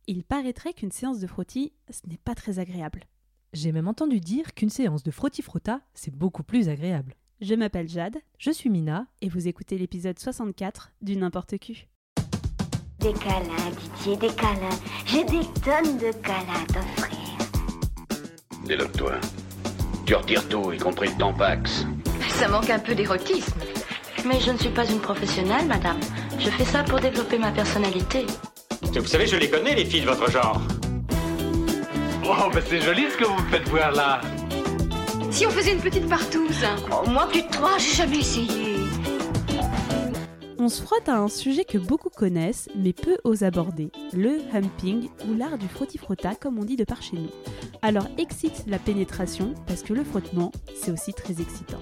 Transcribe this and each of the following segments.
Il paraîtrait qu'une séance de frottis, ce n'est pas très agréable. J'ai même entendu dire qu'une séance de frotti-frotta, c'est beaucoup plus agréable. Je m'appelle Jade. Je suis Mina. Et vous écoutez l'épisode 64 du N'importe Q. Des câlins, Didier, des câlins. J'ai des tonnes de câlins à t'offrir. Déloque-toi. Tu retires tout, y compris le tampax. Ça manque un peu d'érotisme. Mais je ne suis pas une professionnelle, madame. Je fais ça pour développer ma personnalité. Vous savez, je les connais, les filles de votre genre. Oh, ben c'est joli ce que vous me faites voir là. Si on faisait une petite partouze. Oh, moi, tu te crois, j'ai jamais essayé. On se frotte à un sujet que beaucoup connaissent, mais peu osent aborder, le humping, ou l'art du frotti-frotta, comme on dit de par chez nous. Alors excite la pénétration, parce que le frottement, c'est aussi très excitant.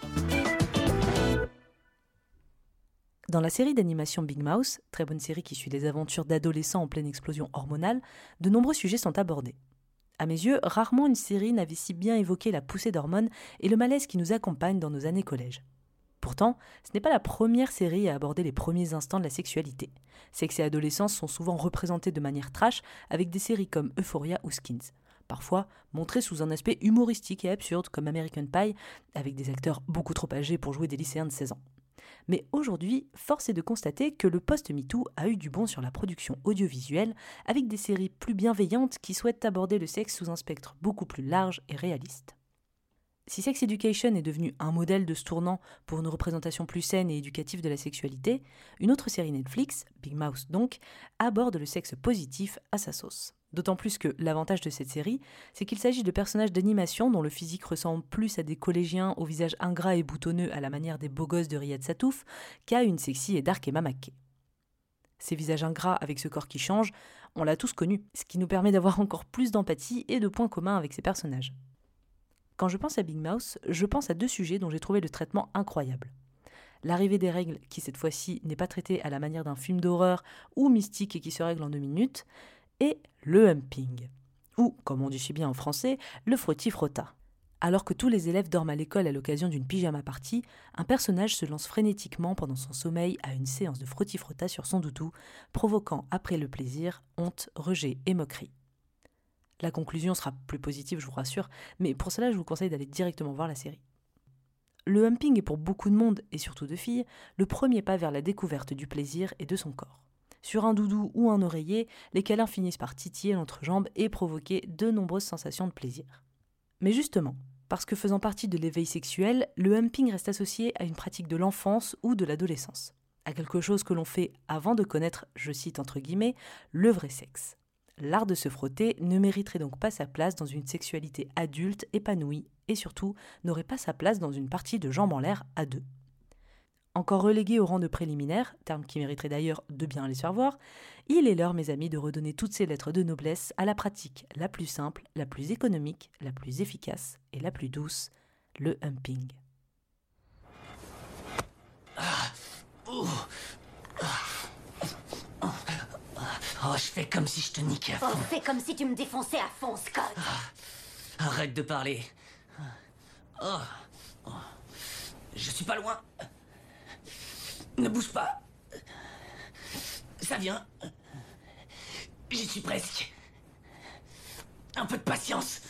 Dans la série d'animation Big Mouth, très bonne série qui suit les aventures d'adolescents en pleine explosion hormonale, de nombreux sujets sont abordés. À mes yeux, rarement une série n'avait si bien évoqué la poussée d'hormones et le malaise qui nous accompagne dans nos années collège. Pourtant, ce n'est pas la première série à aborder les premiers instants de la sexualité. Sexe et adolescence sont souvent représentés de manière trash avec des séries comme Euphoria ou Skins. Parfois, montrées sous un aspect humoristique et absurde comme American Pie, avec des acteurs beaucoup trop âgés pour jouer des lycéens de 16 ans. Mais aujourd'hui, force est de constater que le post-MeToo a eu du bon sur la production audiovisuelle, avec des séries plus bienveillantes qui souhaitent aborder le sexe sous un spectre beaucoup plus large et réaliste. Si Sex Education est devenu un modèle de ce tournant pour une représentation plus saine et éducative de la sexualité, une autre série Netflix, Big Mouth donc, aborde le sexe positif à sa sauce. D'autant plus que l'avantage de cette série, c'est qu'il s'agit de personnages d'animation dont le physique ressemble plus à des collégiens au visage ingrat et boutonneux à la manière des beaux gosses de Riyad Satouf qu'à une sexy et dark Emma Mackey. Ces visages ingrats avec ce corps qui change, on l'a tous connu, ce qui nous permet d'avoir encore plus d'empathie et de points communs avec ces personnages. Quand je pense à Big Mouth, je pense à deux sujets dont j'ai trouvé le traitement incroyable. L'arrivée des règles, qui cette fois-ci n'est pas traitée à la manière d'un film d'horreur ou mystique et qui se règle en 2 minutes, et le humping, ou, comme on dit si bien en français, le frotti-frotta. Alors que tous les élèves dorment à l'école à l'occasion d'une pyjama party, un personnage se lance frénétiquement pendant son sommeil à une séance de frotti-frotta sur son doudou, provoquant après le plaisir, honte, rejet et moquerie. La conclusion sera plus positive, je vous rassure, mais pour cela, je vous conseille d'aller directement voir la série. Le humping est pour beaucoup de monde, et surtout de filles, le premier pas vers la découverte du plaisir et de son corps. Sur un doudou ou un oreiller, les câlins finissent par titiller l'entrejambe et provoquer de nombreuses sensations de plaisir. Mais justement, parce que faisant partie de l'éveil sexuel, le humping reste associé à une pratique de l'enfance ou de l'adolescence, à quelque chose que l'on fait avant de connaître, je cite entre guillemets, le vrai sexe. L'art de se frotter ne mériterait donc pas sa place dans une sexualité adulte épanouie et surtout n'aurait pas sa place dans une partie de jambes en l'air à deux. Encore relégué au rang de préliminaire, terme qui mériterait d'ailleurs de bien les faire voir, il est l'heure, mes amis, de redonner toutes ces lettres de noblesse à la pratique la plus simple, la plus économique, la plus efficace et la plus douce, le humping. Oh, je fais comme si je te niquais à fond. Oh, fais comme si tu me défonçais à fond, Scott. Arrête de parler. Oh. Je suis pas loin. Ne bouge pas. Ça vient. J'y suis presque. Un peu de patience.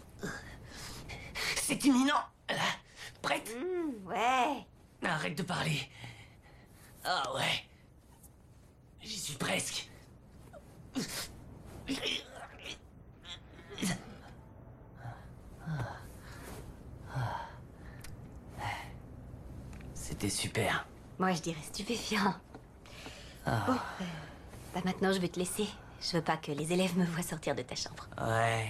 C'est imminent. Prête? Ouais. Arrête de parler. Ah ouais. J'y suis presque. C'était super. Moi, je dirais stupéfiant. Bon, maintenant, je vais te laisser. Je veux pas que les élèves me voient sortir de ta chambre. Ouais.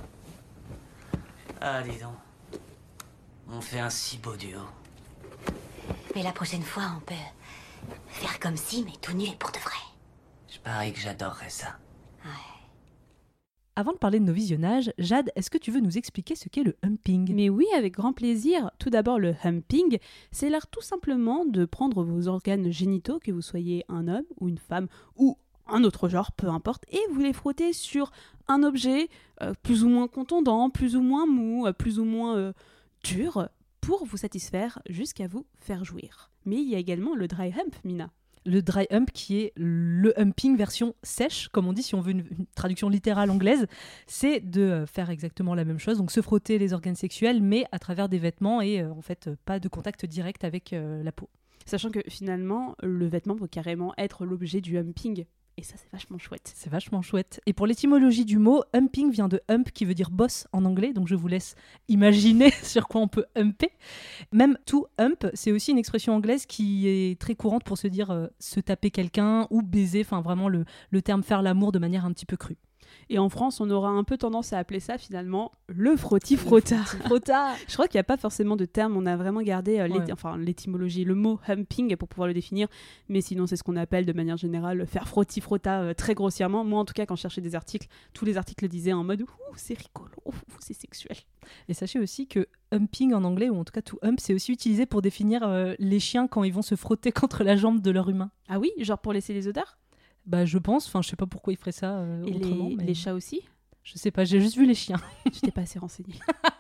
Ah, dis donc. On fait un si beau duo. Mais la prochaine fois, on peut faire comme si, mais tout nu et pour de vrai. Je parie que j'adorerais ça. Ouais. Avant de parler de nos visionnages, Jade, est-ce que tu veux nous expliquer ce qu'est le humping ? Mais oui, avec grand plaisir. Tout d'abord, le humping, c'est l'art tout simplement de prendre vos organes génitaux, que vous soyez un homme ou une femme ou un autre genre, peu importe, et vous les frottez sur un objet plus ou moins contondant, plus ou moins mou, plus ou moins dur, pour vous satisfaire jusqu'à vous faire jouir. Mais il y a également le dry hump, Mina. Le dry hump qui est le humping version sèche, comme on dit si on veut une traduction littérale anglaise, c'est de faire exactement la même chose, donc se frotter les organes sexuels mais à travers des vêtements et en fait pas de contact direct avec la peau. Sachant que finalement, le vêtement peut carrément être l'objet du humping. Et ça, c'est vachement chouette. C'est vachement chouette. Et pour l'étymologie du mot, humping vient de hump qui veut dire boss en anglais, donc je vous laisse imaginer sur quoi on peut humper. Même to hump, c'est aussi une expression anglaise qui est très courante pour se dire se taper quelqu'un ou baiser, enfin vraiment le terme faire l'amour de manière un petit peu crue. Et en France, on aura un peu tendance à appeler ça finalement le frotti-frotta. Je crois qu'il n'y a pas forcément de terme, on a vraiment gardé l'étymologie, le mot humping pour pouvoir le définir, mais sinon c'est ce qu'on appelle de manière générale faire frotti-frotta très grossièrement. Moi en tout cas quand je cherchais des articles, tous les articles le disaient en mode « c'est rigolo, c'est sexuel ». Et sachez aussi que humping en anglais, ou en tout cas to hump, c'est aussi utilisé pour définir les chiens quand ils vont se frotter contre la jambe de leur humain. Ah oui, genre pour laisser les odeurs ? Bah je pense, je sais pas pourquoi ils feraient ça et autrement. Les chats aussi ? Je sais pas, j'ai juste vu les chiens. Tu t'es pas assez renseignée.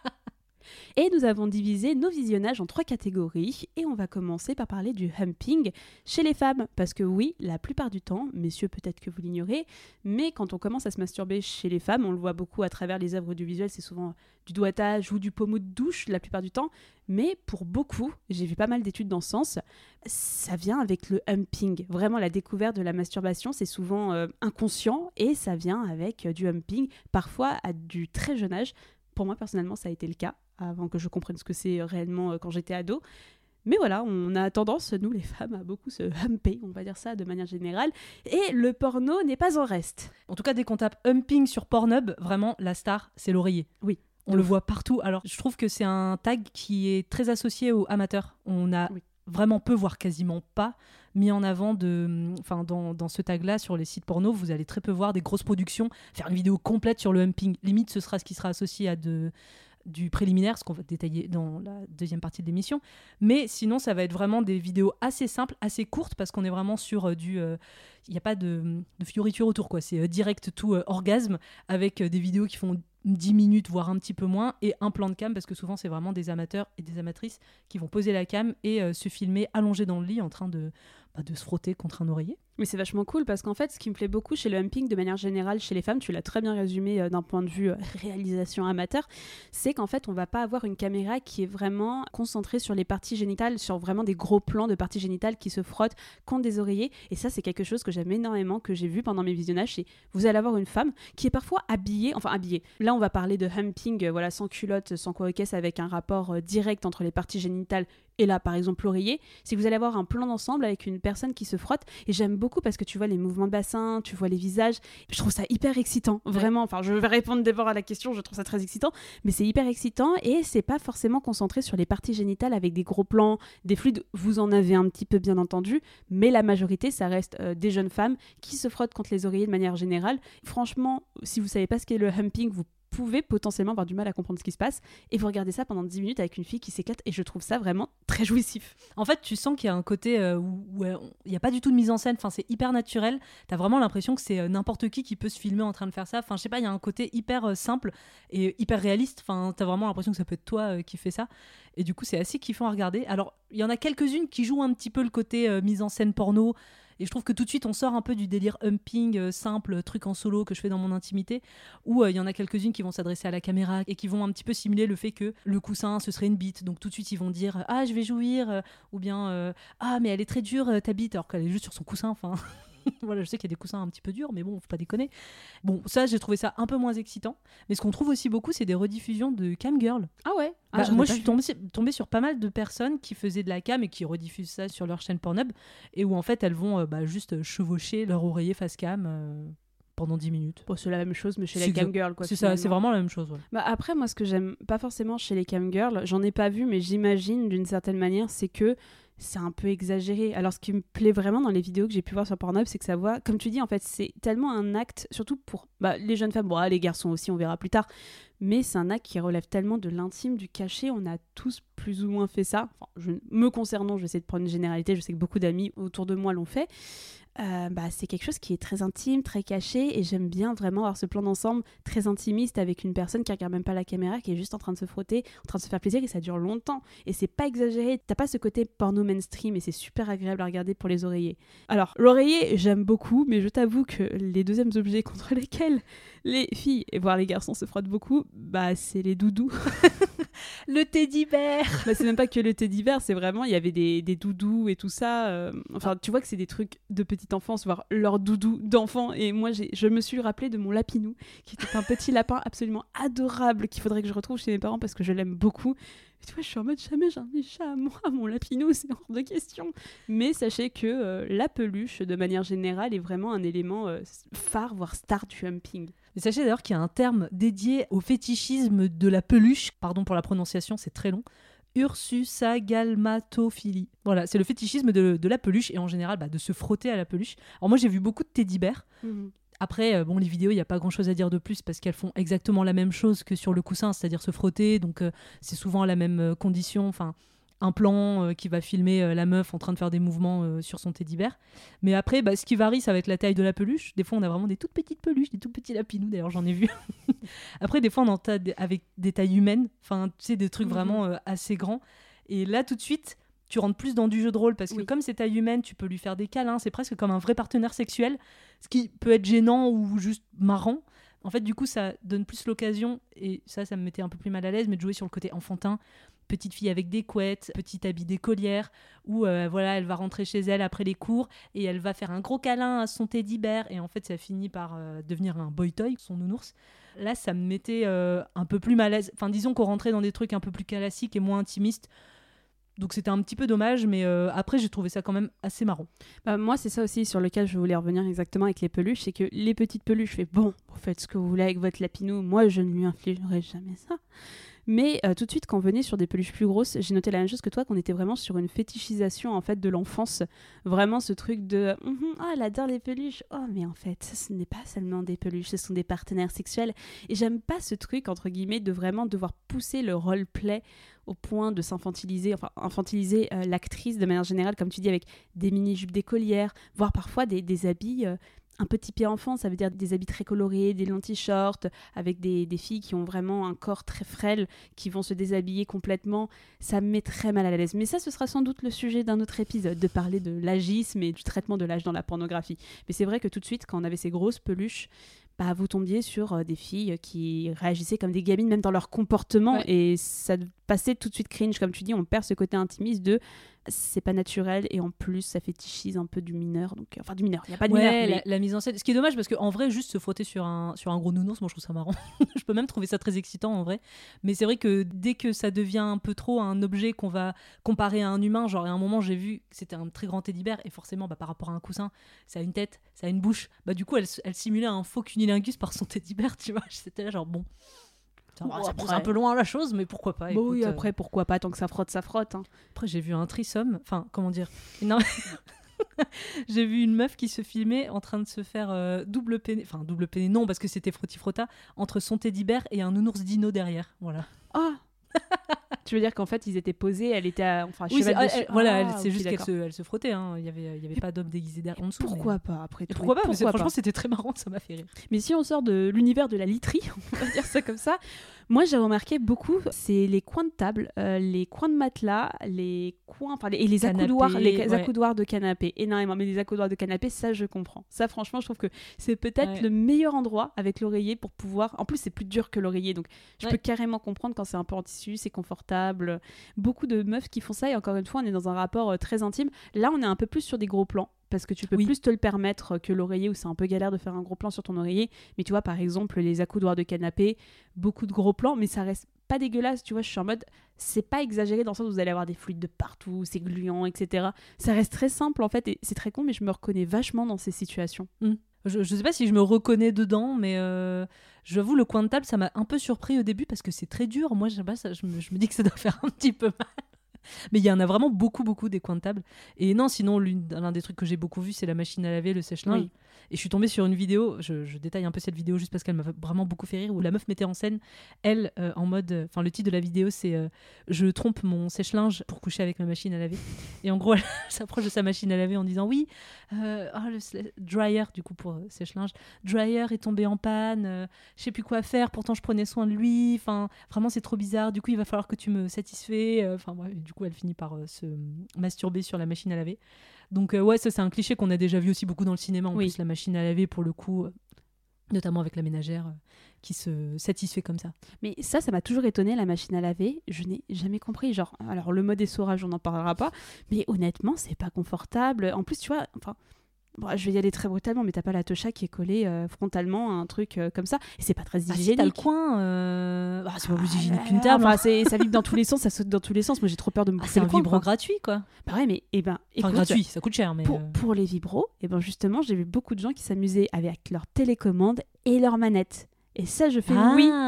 Et nous avons divisé nos visionnages en 3 catégories et on va commencer par parler du humping chez les femmes. Parce que oui, la plupart du temps, messieurs peut-être que vous l'ignorez, mais quand on commence à se masturber chez les femmes, on le voit beaucoup à travers les œuvres du visuel, c'est souvent du doigtage ou du pommeau de douche la plupart du temps. Mais pour beaucoup, j'ai vu pas mal d'études dans ce sens, ça vient avec le humping. Vraiment, la découverte de la masturbation, c'est souvent inconscient et ça vient avec du humping, parfois à du très jeune âge. Pour moi, personnellement, ça a été le cas, avant que je comprenne ce que c'est réellement quand j'étais ado. Mais voilà, on a tendance, nous les femmes, à beaucoup se humper, on va dire ça de manière générale. Et le porno n'est pas en reste. En tout cas, dès qu'on tape humping sur Pornhub, vraiment, la star, c'est l'oreiller. Oui. On le voit partout. Alors, je trouve que c'est un tag qui est très associé aux amateurs. On a vraiment peu, voire quasiment pas, mis en avant dans ce tag-là sur les sites porno. Vous allez très peu voir des grosses productions faire une vidéo complète sur le humping. Limite, ce sera ce qui sera associé à du préliminaire, ce qu'on va détailler dans la deuxième partie de l'émission. Mais sinon, ça va être vraiment des vidéos assez simples, assez courtes, parce qu'on est vraiment sur il n'y a pas de fioriture autour, quoi. C'est direct to orgasme, avec des vidéos qui font 10 minutes, voire un petit peu moins, et un plan de cam, parce que souvent, c'est vraiment des amateurs et des amatrices qui vont poser la cam et se filmer allongés dans le lit en train de se frotter contre un oreiller. Mais c'est vachement cool parce qu'en fait, ce qui me plaît beaucoup chez le humping de manière générale chez les femmes, tu l'as très bien résumé d'un point de vue réalisation amateur, c'est qu'en fait, on va pas avoir une caméra qui est vraiment concentrée sur les parties génitales, sur vraiment des gros plans de parties génitales qui se frottent contre des oreillers. Et ça, c'est quelque chose que j'aime énormément, que j'ai vu pendant mes visionnages. C'est vous allez avoir une femme qui est parfois habillée. Là, on va parler de humping, sans culotte, sans quoi caisse, avec un rapport direct entre les parties génitales et là, par exemple, l'oreiller. C'est que vous allez avoir un plan d'ensemble avec une personne qui se frotte. Et j'aime beaucoup parce que tu vois les mouvements de bassin, tu vois les visages. Je trouve ça hyper excitant, vraiment. Enfin, je vais répondre d'abord à la question, je trouve ça très excitant. Mais c'est hyper excitant et c'est pas forcément concentré sur les parties génitales avec des gros plans, des fluides. Vous en avez un petit peu, bien entendu. Mais la majorité, ça reste des jeunes femmes qui se frottent contre les oreillers de manière générale. Franchement, si vous savez pas ce qu'est le humping, vous pouvez potentiellement avoir du mal à comprendre ce qui se passe et vous regardez ça pendant 10 minutes avec une fille qui s'éclate et je trouve ça vraiment très jouissif. En fait, tu sens qu'il y a un côté où il n'y a pas du tout de mise en scène, enfin, c'est hyper naturel, t'as vraiment l'impression que c'est n'importe qui peut se filmer en train de faire ça, enfin je sais pas, il y a un côté hyper simple et hyper réaliste, enfin t'as vraiment l'impression que ça peut être toi qui fais ça et du coup c'est assez kiffant à regarder. Alors il y en a quelques-unes qui jouent un petit peu le côté mise en scène porno. Et je trouve que tout de suite, on sort un peu du délire humping simple, truc en solo que je fais dans mon intimité, où il y en a quelques-unes qui vont s'adresser à la caméra et qui vont un petit peu simuler le fait que le coussin, ce serait une bite. Donc tout de suite, ils vont dire « Ah, je vais jouir » ou bien « Ah, mais elle est très dure, ta bite », alors qu'elle est juste sur son coussin, enfin... Voilà, je sais qu'il y a des coussins un petit peu durs, mais bon, faut pas déconner. Bon, ça, j'ai trouvé ça un peu moins excitant. Mais ce qu'on trouve aussi beaucoup, c'est des rediffusions de cam girl. Ah ouais. Moi, je suis tombée sur pas mal de personnes qui faisaient de la cam et qui rediffusent ça sur leur chaîne Pornhub et où en fait, elles vont juste chevaucher leur oreiller face cam pendant 10 minutes. Bon, c'est la même chose, mais chez les cam girls, quoi. C'est ça, c'est vraiment la même chose. Ouais. Après, moi, ce que j'aime pas forcément chez les cam girls, j'en ai pas vu, mais j'imagine d'une certaine manière, c'est que c'est un peu exagéré. Alors, ce qui me plaît vraiment dans les vidéos que j'ai pu voir sur Pornhub, c'est que ça voit, comme tu dis, en fait, c'est tellement un acte, surtout pour les jeunes femmes, les garçons aussi, on verra plus tard, mais c'est un acte qui relève tellement de l'intime, du caché. On a tous plus ou moins fait ça. Enfin, me concernant, je vais essayer de prendre une généralité, je sais que beaucoup d'amis autour de moi l'ont fait. C'est quelque chose qui est très intime, très caché, et j'aime bien vraiment avoir ce plan d'ensemble très intimiste avec une personne qui regarde même pas la caméra, qui est juste en train de se frotter, en train de se faire plaisir, et ça dure longtemps, et c'est pas exagéré, t'as pas ce côté porno mainstream, et c'est super agréable à regarder pour les oreillers. Alors, l'oreiller, j'aime beaucoup, mais je t'avoue que les deuxièmes objets contre lesquels les filles, et voire les garçons se frottent beaucoup, c'est les doudous. Le teddy bear. C'est même pas que le teddy bear, c'est vraiment, il y avait des doudous et tout ça. Tu vois que c'est des trucs de petite enfance, voire leur doudou d'enfant. Et moi, je me suis rappelé de mon lapinou, qui était un petit lapin absolument adorable, qu'il faudrait que je retrouve chez mes parents parce que je l'aime beaucoup. Et tu vois, je suis en mode jamais j'ai un chat à moi, mon lapinou, c'est hors de question. Mais sachez que la peluche, de manière générale, est vraiment un élément phare, voire star du humping. Mais sachez d'ailleurs qu'il y a un terme dédié au fétichisme de la peluche, pardon pour la prononciation, c'est très long, ursusagalmatophilie. Voilà, c'est le fétichisme de la peluche et en général de se frotter à la peluche. Alors moi j'ai vu beaucoup de teddy bears. Après, les vidéos, il n'y a pas grand-chose à dire de plus parce qu'elles font exactement la même chose que sur le coussin, c'est-à-dire se frotter, donc c'est souvent la même condition, enfin un plan qui va filmer la meuf en train de faire des mouvements sur son teddy bear. Mais après, ce qui varie, ça va être la taille de la peluche. Des fois, on a vraiment des toutes petites peluches, des tout petits lapinous, d'ailleurs, j'en ai vu. Après, des fois, on en a avec des tailles humaines, enfin, tu sais, des trucs vraiment assez grands. Et là, tout de suite, tu rentres plus dans du jeu de rôle parce que comme c'est taille humaine, tu peux lui faire des câlins, c'est presque comme un vrai partenaire sexuel, ce qui peut être gênant ou juste marrant. En fait, du coup, ça donne plus l'occasion, et ça me mettait un peu plus mal à l'aise, mais de jouer sur le côté enfantin. Petite fille avec des couettes, petit habit d'écolière, où elle va rentrer chez elle après les cours et elle va faire un gros câlin à son teddy bear et en fait ça finit par devenir un boy toy, son nounours. Là ça me mettait un peu plus mal à l'aise. Enfin disons qu'on rentrait dans des trucs un peu plus classiques et moins intimistes. Donc c'était un petit peu dommage, mais après j'ai trouvé ça quand même assez marrant. Moi c'est ça aussi sur lequel je voulais revenir exactement avec les peluches, c'est que les petites peluches, vous faites ce que vous voulez avec votre lapinou, moi je ne lui infligerai jamais ça. Mais tout de suite, quand on venait sur des peluches plus grosses, j'ai noté la même chose que toi, qu'on était vraiment sur une fétichisation en fait de l'enfance. Vraiment ce truc de elle adore les peluches. Oh, mais en fait, ce n'est pas seulement des peluches, ce sont des partenaires sexuels. Et j'aime pas ce truc, entre guillemets, de vraiment devoir pousser le roleplay au point de s'infantiliser, infantiliser l'actrice de manière générale, comme tu dis, avec des mini-jupes d'écolière, voire parfois des habits. Un petit pied enfant, ça veut dire des habits très colorés, des longs t-shirts, avec des filles qui ont vraiment un corps très frêle, qui vont se déshabiller complètement. Ça me met très mal à l'aise. Mais ça, ce sera sans doute le sujet d'un autre épisode, de parler de l'agisme et du traitement de l'âge dans la pornographie. Mais c'est vrai que tout de suite, quand on avait ces grosses peluches, vous tombiez sur des filles qui réagissaient comme des gamines, même dans leur comportement, et ça passait tout de suite cringe, comme tu dis, on perd ce côté intimiste de c'est pas naturel, et en plus ça fétichise un peu du mineur, donc enfin du mineur, il y a pas de mineur, mais... la mise en scène, ce qui est dommage parce qu'en vrai juste se frotter sur un gros nounours, moi je trouve ça marrant. Je peux même trouver ça très excitant en vrai, mais c'est vrai que dès que ça devient un peu trop un objet qu'on va comparer à un humain, genre à un moment j'ai vu que c'était un très grand teddy bear et forcément par rapport à un coussin ça a une tête, ça a une bouche, du coup elle simulait un faux cunilingus par son teddy bear, tu vois, c'était là genre bon. Ça pousse un peu loin la chose, mais pourquoi pas. Écoute, oui, après, pourquoi pas, tant que ça frotte. Hein. Après, j'ai vu un threesome, enfin, comment dire non. J'ai vu une meuf qui se filmait en train de se faire double péné, non, parce que c'était frotti-frotta, entre son teddy bear et un nounours dino derrière, voilà. Ah. Tu veux dire qu'en fait ils étaient posés, elle était cheval dessus. C'est juste qu'elle se frottait, hein. Il y avait pas d'homme déguisé derrière en dessous. Pourquoi pas après tout. Pourquoi pas, franchement c'était très marrant, ça m'a fait rire. Mais si on sort de l'univers de la literie, on va dire ça comme ça, moi j'ai remarqué beaucoup, c'est les coins de table, les coins de matelas, les coins, et les accoudoirs, accoudoirs de canapé, énormément. Mais les accoudoirs de canapé, ça je comprends. Ça franchement je trouve que c'est peut-être le meilleur endroit avec l'oreiller pour pouvoir. En plus c'est plus dur que l'oreiller, donc je peux carrément comprendre quand c'est un peu en tissu, c'est confortable. Beaucoup de meufs qui font ça, et encore une fois on est dans un rapport très intime. Là on est un peu plus sur des gros plans parce que tu peux plus te le permettre que l'oreiller, où c'est un peu galère de faire un gros plan sur ton oreiller. Mais tu vois par exemple les accoudoirs de canapé, beaucoup de gros plans, mais ça reste pas dégueulasse, tu vois. Je suis en mode c'est pas exagéré dans le sens où vous allez avoir des fluides de partout, c'est gluant, etc. Ça reste très simple en fait, et c'est très con, mais je me reconnais vachement dans ces situations. Je sais pas si je me reconnais dedans, mais j'avoue, le coin de table, ça m'a un peu surpris au début parce que c'est très dur. Moi, je sais pas, je me dis que ça doit faire un petit peu mal. Mais il y en a vraiment beaucoup des coins de table. Et non, sinon, l'un des trucs que j'ai beaucoup vu, c'est la machine à laver, le sèche-linge. Oui. Et je suis tombée sur une vidéo, je détaille un peu cette vidéo juste parce qu'elle m'a vraiment beaucoup fait rire, où la meuf mettait en scène, elle, en mode... Enfin, le titre de la vidéo, c'est je trompe mon sèche-linge pour coucher avec ma machine à laver. Et en gros, elle s'approche de sa machine à laver en disant oui, le dryer, du coup, pour sèche-linge, dryer est tombé en panne, je sais plus quoi faire, pourtant je prenais soin de lui, enfin, vraiment c'est trop bizarre, du coup il va falloir que tu me satisfais. Enfin, bref, du coup elle finit par se masturber sur la machine à laver. Donc ouais, ça c'est un cliché qu'on a déjà vu aussi beaucoup dans le cinéma, en plus la machine à laver pour le coup, notamment avec la ménagère qui se satisfait comme ça. Mais ça m'a toujours étonné, la machine à laver. Je n'ai jamais compris. Genre, alors le mode essorage, on n'en parlera pas. Mais honnêtement, c'est pas confortable. En plus, tu vois, enfin, bon, je vais y aller très brutalement, mais t'as pas la Tosha qui est collée frontalement à un truc comme ça. Et c'est pas très hygiénique. Si t'as le coin, c'est pas plus hygiénique qu'une table. Enfin, ça vibre dans tous les sens, ça saute dans tous les sens. Moi, j'ai trop peur de me bouffer c'est le un coin, vibro quoi. gratuit, quoi. Bah ouais, mais écoute, gratuit, ça coûte cher, mais pour les vibros, justement, j'ai vu beaucoup de gens qui s'amusaient avec leur télécommande et leur manette. Et ça, je fais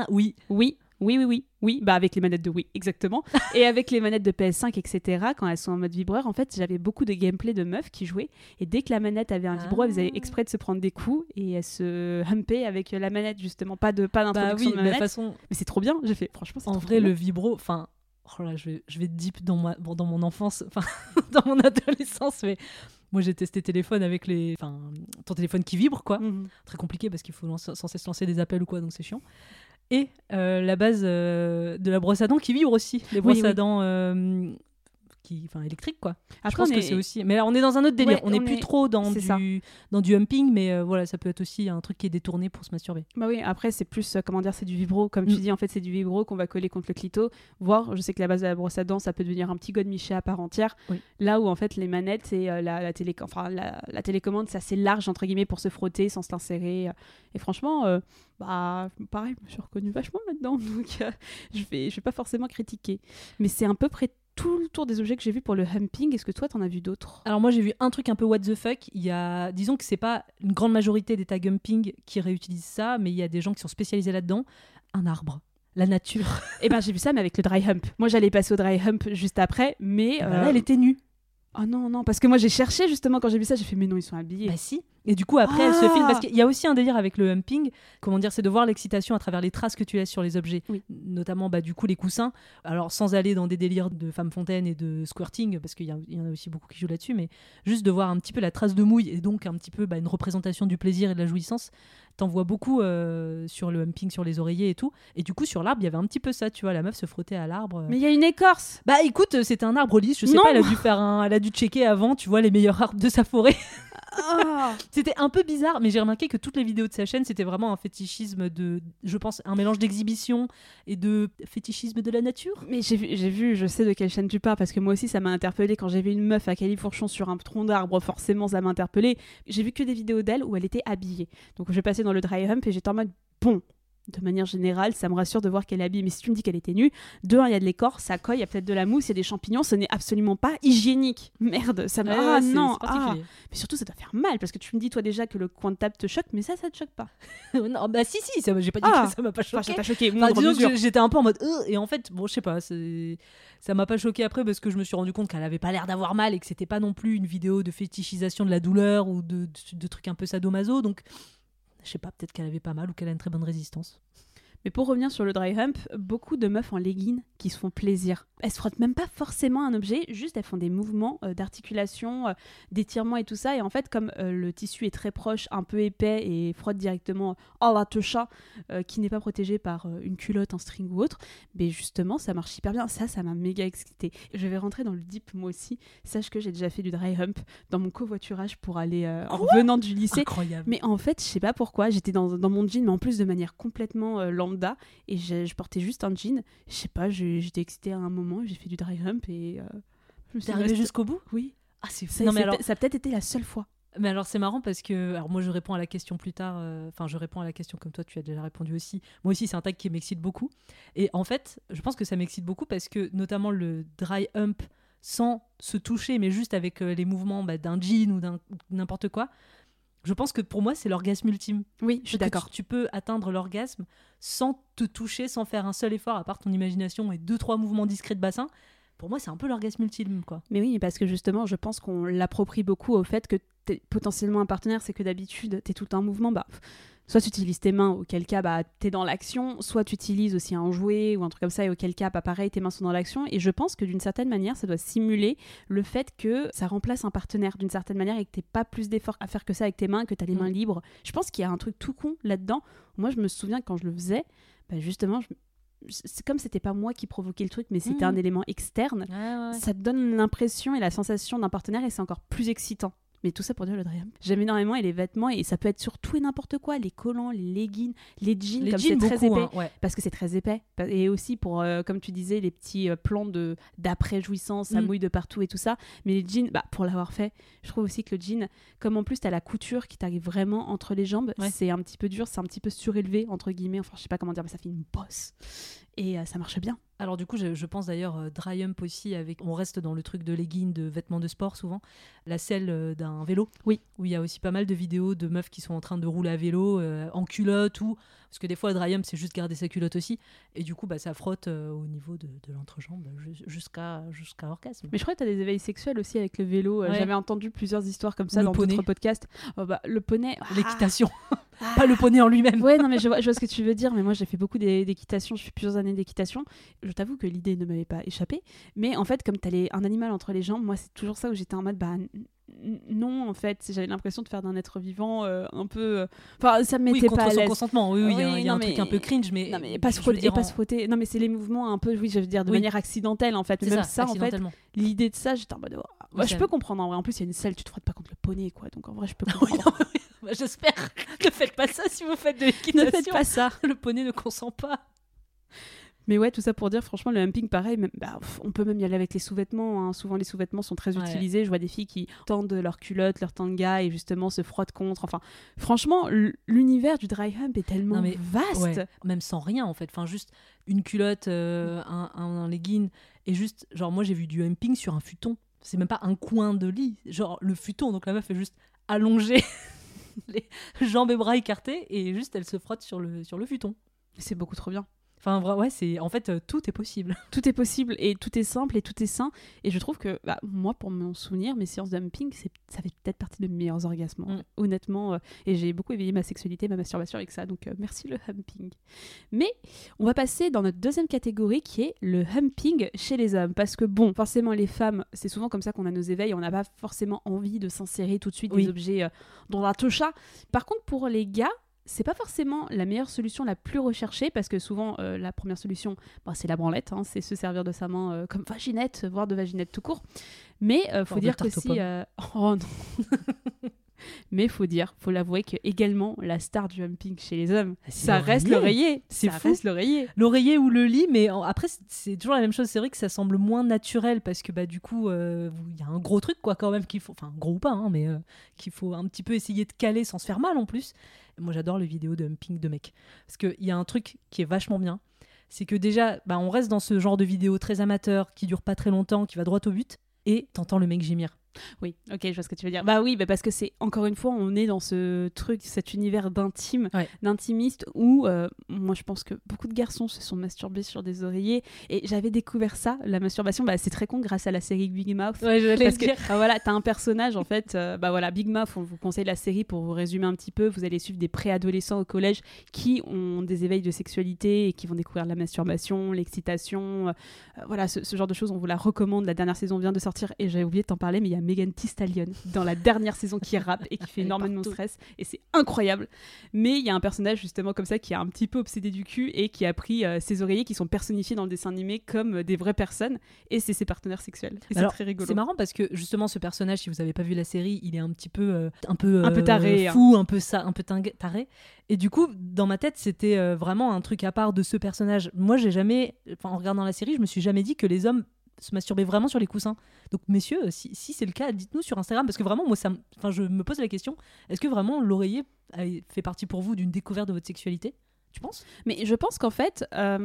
oui, bah avec les manettes de Wii, exactement. Et avec les manettes de PS5, etc., quand elles sont en mode vibreur, en fait, j'avais beaucoup de gameplay de meufs qui jouaient. Et dès que la manette avait un vibro, elles faisaient exprès de se prendre des coups et elles se humpaient avec la manette, justement. Pas d'introduction de manette. Façon... Mais c'est trop bien, j'ai fait, franchement, c'est en trop vrai, bien. le vibro, enfin, oh là, je vais deep dans mon enfance, enfin, dans mon adolescence, mais... Moi, j'ai testé téléphone avec ton téléphone qui vibre, quoi. Très compliqué parce qu'il faut sans cesse lancer des appels ou quoi, donc c'est chiant. Et la base de la brosse à dents qui vibre aussi. Les brosses à dents électriques, quoi. Après, je pense que c'est aussi... Mais là, on est dans un autre délire. On n'est plus trop dans du humping, mais voilà, ça peut être aussi un truc qui est détourné pour se masturber. Bah oui, après, c'est plus, c'est du vibro. Comme tu dis, en fait, c'est du vibro qu'on va coller contre le clito. Voire, je sais que la base de la brosse à dents, ça peut devenir un petit godemiché à part entière. Oui. Là où, en fait, les manettes et la télécommande, c'est assez large, entre guillemets, pour se frotter sans se l'insérer. Et franchement, pareil, je me suis reconnue vachement là-dedans. Donc, je vais pas forcément critiquer. Mais c'est à peu près tout le tour des objets que j'ai vus pour le humping. Est-ce que toi, t'en as vu d'autres ? Alors moi, j'ai vu un truc un peu what the fuck. Disons que c'est pas une grande majorité des tags humping qui réutilisent ça, mais il y a des gens qui sont spécialisés là-dedans. Un arbre. La nature. J'ai vu ça, mais avec le dry hump. Moi, j'allais passer au dry hump juste après, mais... là, elle était nue. Oh non, parce que moi, j'ai cherché, justement, quand j'ai vu ça, j'ai fait, mais non, ils sont habillés. Bah si. Et du coup, après, elle se filme. Parce qu'il y a aussi un délire avec le humping. Comment dire, c'est de voir l'excitation à travers les traces que tu laisses sur les objets. Oui. Notamment, du coup, les coussins. Alors, sans aller dans des délires de femme fontaine et de squirting, parce qu'il y en a aussi beaucoup qui jouent là-dessus, mais juste de voir un petit peu la trace de mouille et donc un petit peu une représentation du plaisir et de la jouissance. T'en vois beaucoup sur le humping, sur les oreillers et tout. Et du coup, sur l'arbre, il y avait un petit peu ça, tu vois. La meuf se frottait à l'arbre. Mais il y a une écorce. Bah écoute, c'était un arbre lisse. Je sais pas, elle a dû checker avant, tu vois, les meilleurs arbres de sa forêt. C'était un peu bizarre, mais j'ai remarqué que toutes les vidéos de sa chaîne, c'était vraiment un fétichisme je pense, un mélange d'exhibition et de fétichisme de la nature. Mais j'ai vu, je sais de quelle chaîne tu parles, parce que moi aussi, ça m'a interpellée. Quand j'ai vu une meuf à califourchon sur un tronc d'arbre, forcément, ça m'a interpellée. J'ai vu que des vidéos d'elle où elle était habillée. Donc, je passais dans le dry hump et j'étais en mode, bon... De manière générale, ça me rassure de voir qu'elle est habillée. Mais si tu me dis qu'elle était nue, il y a de l'écorce, ça colle, il y a peut-être de la mousse, il y a des champignons, ce n'est absolument pas hygiénique. Merde, ça me... Mais surtout, ça doit faire mal, parce que tu me dis, toi, déjà, que le coin de table te choque, mais ça te choque pas. Non, si, j'ai pas dit que ça m'a pas choqué. Ça t'a choqué, disons que j'étais un peu en mode... et en fait, je sais pas, ça m'a pas choqué après, parce que je me suis rendu compte qu'elle avait pas l'air d'avoir mal, et que c'était pas non plus une vidéo de fétichisation de la douleur, ou de trucs un peu sadomaso, donc... Je sais pas, peut-être qu'elle avait pas mal ou qu'elle a une très bonne résistance. Mais pour revenir sur le dry hump, beaucoup de meufs en leggings qui se font plaisir. Elles se frottent même pas forcément un objet, juste elles font des mouvements d'articulation, d'étirement et tout ça. Et en fait, comme le tissu est très proche, un peu épais et frotte directement la Tosha, qui n'est pas protégée par une culotte, un string ou autre, mais justement, ça marche hyper bien. Ça m'a méga excitée. Je vais rentrer dans le deep moi aussi. Sache que j'ai déjà fait du dry hump dans mon covoiturage pour aller en revenant du lycée. Incroyable. Mais en fait, je sais pas pourquoi, j'étais dans mon jean, mais en plus de manière complètement lambda. Et je portais juste un jean. Je sais pas, j'étais excitée à un moment, j'ai fait du dry hump et je me suis arrivée jusqu'au bout. Oui. Ah, c'est fou. Ça a peut-être été la seule fois. Mais alors c'est marrant parce que moi je réponds à la question plus tard. Je réponds à la question comme toi tu as déjà répondu aussi. Moi aussi c'est un tag qui m'excite beaucoup. Et en fait, je pense que ça m'excite beaucoup parce que notamment le dry hump sans se toucher, mais juste avec les mouvements d'un jean ou n'importe quoi. Je pense que pour moi, c'est l'orgasme ultime. Oui, je suis d'accord. Tu peux atteindre l'orgasme sans te toucher, sans faire un seul effort, à part ton imagination et 2-3 mouvements discrets de bassin. pour moi c'est un peu l'orgasme ultime quoi. Mais oui, parce que justement, je pense qu'on l'approprie beaucoup au fait que t'es potentiellement un partenaire, c'est que d'habitude, t'es tout un mouvement, soit tu utilises tes mains, auquel cas t'es dans l'action, soit tu utilises aussi un jouet ou un truc comme ça, et auquel cas pareil, tes mains sont dans l'action. Et je pense que d'une certaine manière, ça doit simuler le fait que ça remplace un partenaire d'une certaine manière et que t'es pas plus d'efforts à faire que ça avec tes mains, que t'as les mains libres. Je pense qu'il y a un truc tout con là-dedans. Moi, je me souviens que quand je le faisais, justement, c'est comme c'était pas moi qui provoquais le truc, mais c'était un élément externe. Ouais. Ça te donne l'impression et la sensation d'un partenaire et c'est encore plus excitant. Mais tout ça pour dire le dry hump. J'aime énormément et les vêtements, et ça peut être sur tout et n'importe quoi, les collants, les leggings, les jeans, comme c'est très épais. Parce que c'est très épais. Et aussi pour, comme tu disais, les petits plans d'après-jouissance, ça mouille de partout et tout ça. Mais les jeans, pour l'avoir fait, je trouve aussi que le jean, comme en plus t'as la couture qui t'arrive vraiment entre les jambes, c'est un petit peu dur, c'est un petit peu surélevé, entre guillemets. Enfin, je sais pas comment dire, mais ça fait une bosse. Et ça marche bien. Alors du coup, je pense d'ailleurs dry hump aussi, on reste dans le truc de leggings, de vêtements de sport souvent, la selle d'un vélo, oui, où il y a aussi pas mal de vidéos de meufs qui sont en train de rouler à vélo, en culotte, parce que des fois le dry hump c'est juste garder sa culotte aussi, et du coup ça frotte au niveau de l'entrejambe jusqu'à orgasme. Mais je crois que tu as des éveils sexuels aussi avec le vélo. J'avais entendu plusieurs histoires comme ça dans d'autres podcasts. Le poney... L'équitation, pas le poney en lui-même. Ouais, non mais je vois ce que tu veux dire, mais moi j'ai fait beaucoup d'équitation, je fais plusieurs années d'équitation. Je t'avoue que l'idée ne m'avait pas échappé, mais en fait comme t'as un animal entre les jambes, moi c'est toujours ça où j'étais en mode non, en fait j'avais l'impression de faire d'un être vivant un peu enfin ça me mettait pas à l'aise. Contre son consentement, il y a un truc un peu cringe, mais non mais pas se frotter, non mais c'est les mouvements un peu, je veux dire de manière accidentelle en fait, mais même ça en fait l'idée de ça j'étais en mode je peux comprendre en vrai, en plus il y a une selle, tu te frottes pas contre le poney quoi, donc en vrai je peux comprendre. J'espère. Ne faites pas ça si vous faites de l'équitation. Ne faites pas ça. Le poney ne consent pas. Mais ouais, tout ça pour dire, franchement, le humping, pareil, même, on peut même y aller avec les sous-vêtements. Hein. Souvent, les sous-vêtements sont très utilisés. Je vois des filles qui tendent leur culotte, leur tanga et justement se frottent contre. Enfin, franchement, l'univers du dry hump est tellement vaste. Ouais, même sans rien, en fait. Enfin, juste une culotte, un legging. Et juste, genre, moi, j'ai vu du humping sur un futon. C'est même pas un coin de lit. Genre, le futon. Donc, la meuf est juste allongée, les jambes et bras écartés. Et juste, elle se frotte sur le futon. C'est beaucoup trop bien. Enfin, en fait, tout est possible. Tout est possible et tout est simple et tout est sain. Et je trouve que, moi, pour m'en souvenir, mes séances de humping, ça fait peut-être partie de mes meilleurs orgasmes, honnêtement. Et j'ai beaucoup éveillé ma sexualité, ma masturbation avec ça. Donc, merci le humping. Mais on va passer dans notre deuxième catégorie qui est le humping chez les hommes. Parce que, bon, forcément, les femmes, c'est souvent comme ça qu'on a nos éveils. On n'a pas forcément envie de s'insérer tout de suite des objets dans la tocha. Par contre, pour les gars, c'est pas forcément la meilleure solution, la plus recherchée, parce que souvent la première solution c'est la branlette, c'est se servir de sa main comme vaginette, voire de vaginette tout court, mais faut dire que si oh non mais faut l'avouer que également la star du humping chez les hommes, ça reste l'oreiller. Reste l'oreiller ou le lit, mais après c'est toujours la même chose. C'est vrai que ça semble moins naturel parce que du coup il y a un gros truc quoi quand même qu'il faut, enfin gros ou pas mais qu'il faut un petit peu essayer de caler sans se faire mal en plus. Moi j'adore les vidéos de humping de mecs parce qu'il y a un truc qui est vachement bien, c'est que déjà on reste dans ce genre de vidéo très amateur qui dure pas très longtemps, qui va droit au but, et t'entends le mec gémir. Oui, ok, je vois ce que tu veux dire. Oui, parce que c'est, encore une fois, on est dans ce truc, cet univers d'intime, d'intimiste, où moi je pense que beaucoup de garçons se sont masturbés sur des oreillers, et j'avais découvert ça, la masturbation, c'est très con grâce à la série Big Mouth. Ouais, je l'allais parce dire. Que voilà, t'as un personnage en fait, Big Mouth, on vous conseille la série pour vous résumer un petit peu. Vous allez suivre des préadolescents au collège qui ont des éveils de sexualité et qui vont découvrir la masturbation, l'excitation, ce genre de choses. On vous la recommande. La dernière saison vient de sortir et j'avais oublié de t'en parler, mais il y a Megan Thee Stallion dans la dernière saison qui rappe et qui fait énormément de stress et c'est incroyable. Mais il y a un personnage justement comme ça qui est un petit peu obsédé du cul et qui a pris ses oreillers qui sont personnifiés dans le dessin animé comme des vraies personnes, et c'est ses partenaires sexuels. Et c'est très rigolo. C'est marrant parce que justement ce personnage, si vous avez pas vu la série, il est un petit peu taré, fou, un peu taré. Et du coup, dans ma tête, c'était vraiment un truc à part de ce personnage. Moi, en regardant la série, je me suis jamais dit que les hommes se masturber vraiment sur les coussins. Donc messieurs, si c'est le cas, dites-nous sur Instagram, parce que vraiment moi je me pose la question, est-ce que vraiment l'oreiller fait partie pour vous d'une découverte de votre sexualité, tu penses ? Mais je pense qu'en fait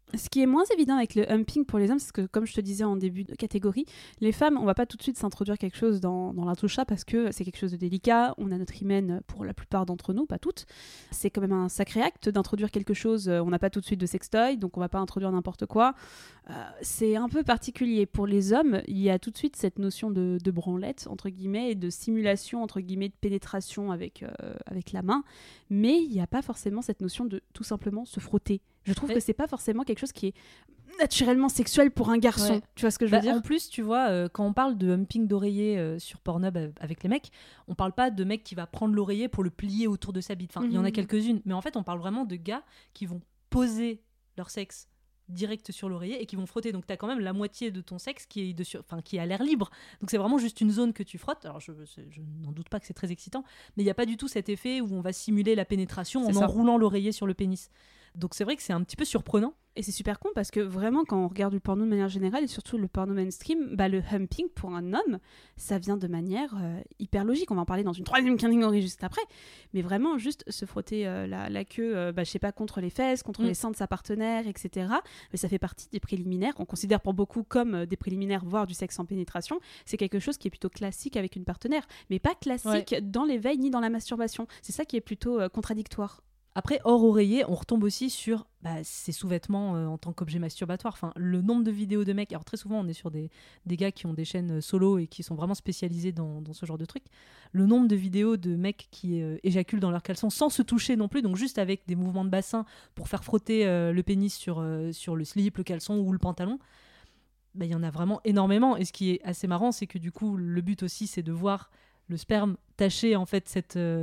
Ce qui est moins évident avec le humping pour les hommes, c'est que, comme je te disais en début de catégorie, les femmes, on va pas tout de suite s'introduire quelque chose dans la toucha parce que c'est quelque chose de délicat. On a notre hymen pour la plupart d'entre nous, pas toutes. C'est quand même un sacré acte d'introduire quelque chose. On n'a pas tout de suite de sextoy, donc on va pas introduire n'importe quoi. C'est un peu particulier. Pour les hommes, il y a tout de suite cette notion de branlette, entre guillemets, et de simulation, entre guillemets, de pénétration avec la main. Mais il n'y a pas forcément cette notion de tout simplement se frotter. Je trouve que c'est pas forcément quelque chose qui est naturellement sexuel pour un garçon. Tu vois ce que je veux dire ? En plus, tu vois, quand on parle de humping d'oreiller sur Pornhub avec les mecs, on parle pas de mec qui va prendre l'oreiller pour le plier autour de sa bite. Enfin, il y en a quelques-unes, mais en fait, on parle vraiment de gars qui vont poser leur sexe direct sur l'oreiller et qui vont frotter. Donc, tu as quand même la moitié de ton sexe qui est qui est à l'air libre. Donc, c'est vraiment juste une zone que tu frottes. Alors, je n'en doute pas que c'est très excitant, mais il n'y a pas du tout cet effet où on va simuler la pénétration en enroulant l'oreiller sur le pénis. Donc c'est vrai que c'est un petit peu surprenant. Et c'est super con parce que vraiment, quand on regarde du porno de manière générale et surtout le porno mainstream, le humping pour un homme, ça vient de manière hyper logique. On va en parler dans une troisième catégorie juste après. Mais vraiment, juste se frotter la queue, je sais pas, contre les fesses, contre les seins de sa partenaire, etc. Mais ça fait partie des préliminaires. On considère pour beaucoup comme des préliminaires, voire du sexe sans pénétration. C'est quelque chose qui est plutôt classique avec une partenaire, mais pas classique dans l'éveil ni dans la masturbation. C'est ça qui est plutôt contradictoire. Après, hors oreiller, on retombe aussi sur ces sous-vêtements en tant qu'objet masturbatoire. Enfin, le nombre de vidéos de mecs... Alors très souvent, on est sur des gars qui ont des chaînes solo et qui sont vraiment spécialisés dans ce genre de trucs. Le nombre de vidéos de mecs qui éjaculent dans leurs caleçons sans se toucher non plus, donc juste avec des mouvements de bassin pour faire frotter le pénis sur le slip, le caleçon ou le pantalon, il y en a vraiment énormément. Et ce qui est assez marrant, c'est que du coup, le but aussi, c'est de voir le sperme tacher en fait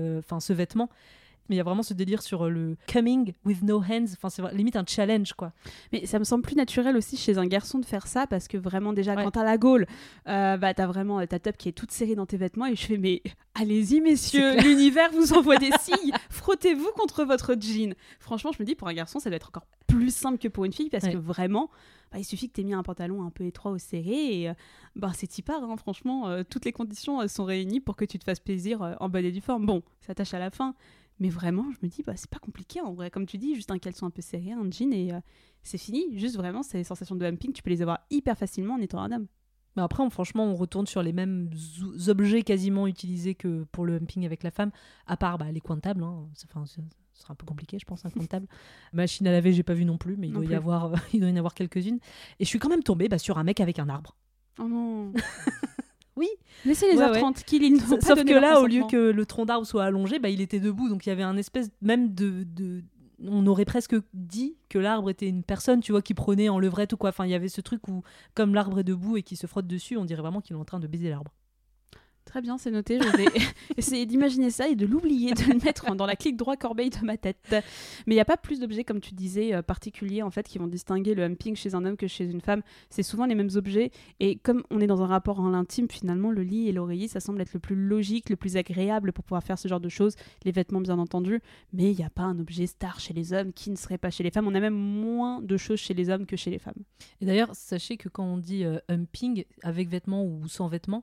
ce vêtement. Mais il y a vraiment ce délire sur le coming with no hands. Enfin, c'est limite un challenge, quoi. Mais ça me semble plus naturel aussi chez un garçon de faire ça parce que vraiment, déjà, quand t'as la gaule, t'as vraiment ta top qui est toute serrée dans tes vêtements et je fais, mais allez-y, messieurs, l'univers vous envoie des signes, frottez-vous contre votre jean. Franchement, je me dis, pour un garçon, ça doit être encore plus simple que pour une fille parce que vraiment, il suffit que t'aies mis un pantalon un peu étroit ou serré et c'est t'y part, hein, franchement, toutes les conditions sont réunies pour que tu te fasses plaisir en bonne et due forme. Bon, ça tâche à la fin. Mais vraiment, je me dis, c'est pas compliqué en vrai. Comme tu dis, juste un caleçon un peu serré, un jean et c'est fini. Juste vraiment, ces sensations de humping, tu peux les avoir hyper facilement en étant un homme. Mais après, franchement, on retourne sur les mêmes objets quasiment utilisés que pour le humping avec la femme, à part les coins de table. Hein. Ce sera un peu compliqué, je pense, un coin de table. Machine à laver, j'ai pas vu non plus, mais il doit y en avoir quelques-unes. Et je suis quand même tombée sur un mec avec un arbre. Oh non. Oui, laissez les arbres tranquilles, ils n'ont pas sauf donné que là, leur au lieu que le tronc d'arbre soit allongé, il était debout, donc il y avait un espèce même de... On aurait presque dit que l'arbre était une personne, tu vois, qui prenait en levrette ou quoi. Enfin, il y avait ce truc où, comme l'arbre est debout et qu'il se frotte dessus, on dirait vraiment qu'il est en train de baiser l'arbre. Très bien, c'est noté. Je vais essayer d'imaginer ça et de l'oublier, de le mettre dans la clique droit corbeille de ma tête. Mais il n'y a pas plus d'objets, comme tu disais, particuliers en fait, qui vont distinguer le humping chez un homme que chez une femme. C'est souvent les mêmes objets. Et comme on est dans un rapport en l'intime, finalement, le lit et l'oreiller, ça semble être le plus logique, le plus agréable pour pouvoir faire ce genre de choses. Les vêtements, bien entendu. Mais il n'y a pas un objet star chez les hommes qui ne serait pas chez les femmes. On a même moins de choses chez les hommes que chez les femmes. Et d'ailleurs, sachez que quand on dit humping, avec vêtements ou sans vêtements,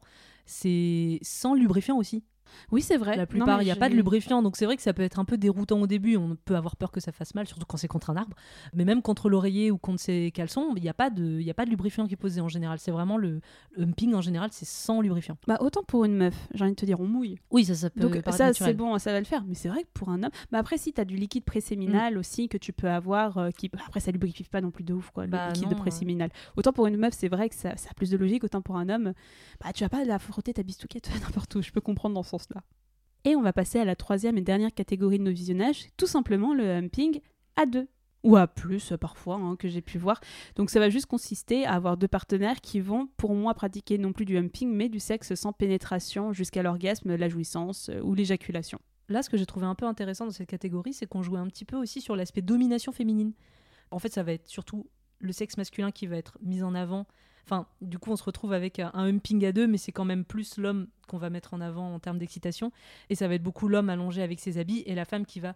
c'est sans lubrifiant aussi. Oui, c'est vrai. La plupart, il n'y a pas de lubrifiant, donc c'est vrai que ça peut être un peu déroutant au début. On peut avoir peur que ça fasse mal, surtout quand c'est contre un arbre. Mais même contre l'oreiller ou contre ses caleçons, il n'y a pas de lubrifiant qui est posé en général. C'est vraiment le humping en général, c'est sans lubrifiant. Autant pour une meuf, j'ai envie de te dire, on mouille. Oui, ça peut. Donc ça, naturel. c'est bon, ça va le faire. Mais c'est vrai que pour un homme, après, si tu as du liquide préséminal aussi que tu peux avoir, après ça lubrifie pas non plus de ouf, quoi, le liquide préséminal. Autant pour une meuf, c'est vrai que ça a plus de logique. Autant pour un homme, tu vas pas la frotter ta bistouquette n'importe où. Je peux comprendre dans ce sens-là. Et on va passer à la troisième et dernière catégorie de nos visionnages, tout simplement le humping à deux. Ou à plus parfois, que j'ai pu voir. Donc ça va juste consister à avoir deux partenaires qui vont, pour moi, pratiquer non plus du humping, mais du sexe sans pénétration jusqu'à l'orgasme, la jouissance ou l'éjaculation. Là, ce que j'ai trouvé un peu intéressant dans cette catégorie, c'est qu'on jouait un petit peu aussi sur l'aspect domination féminine. En fait, ça va être surtout le sexe masculin qui va être mis en avant. Enfin, du coup, on se retrouve avec un humping à deux, mais c'est quand même plus l'homme qu'on va mettre en avant en termes d'excitation. Et ça va être beaucoup l'homme allongé avec ses habits et la femme qui va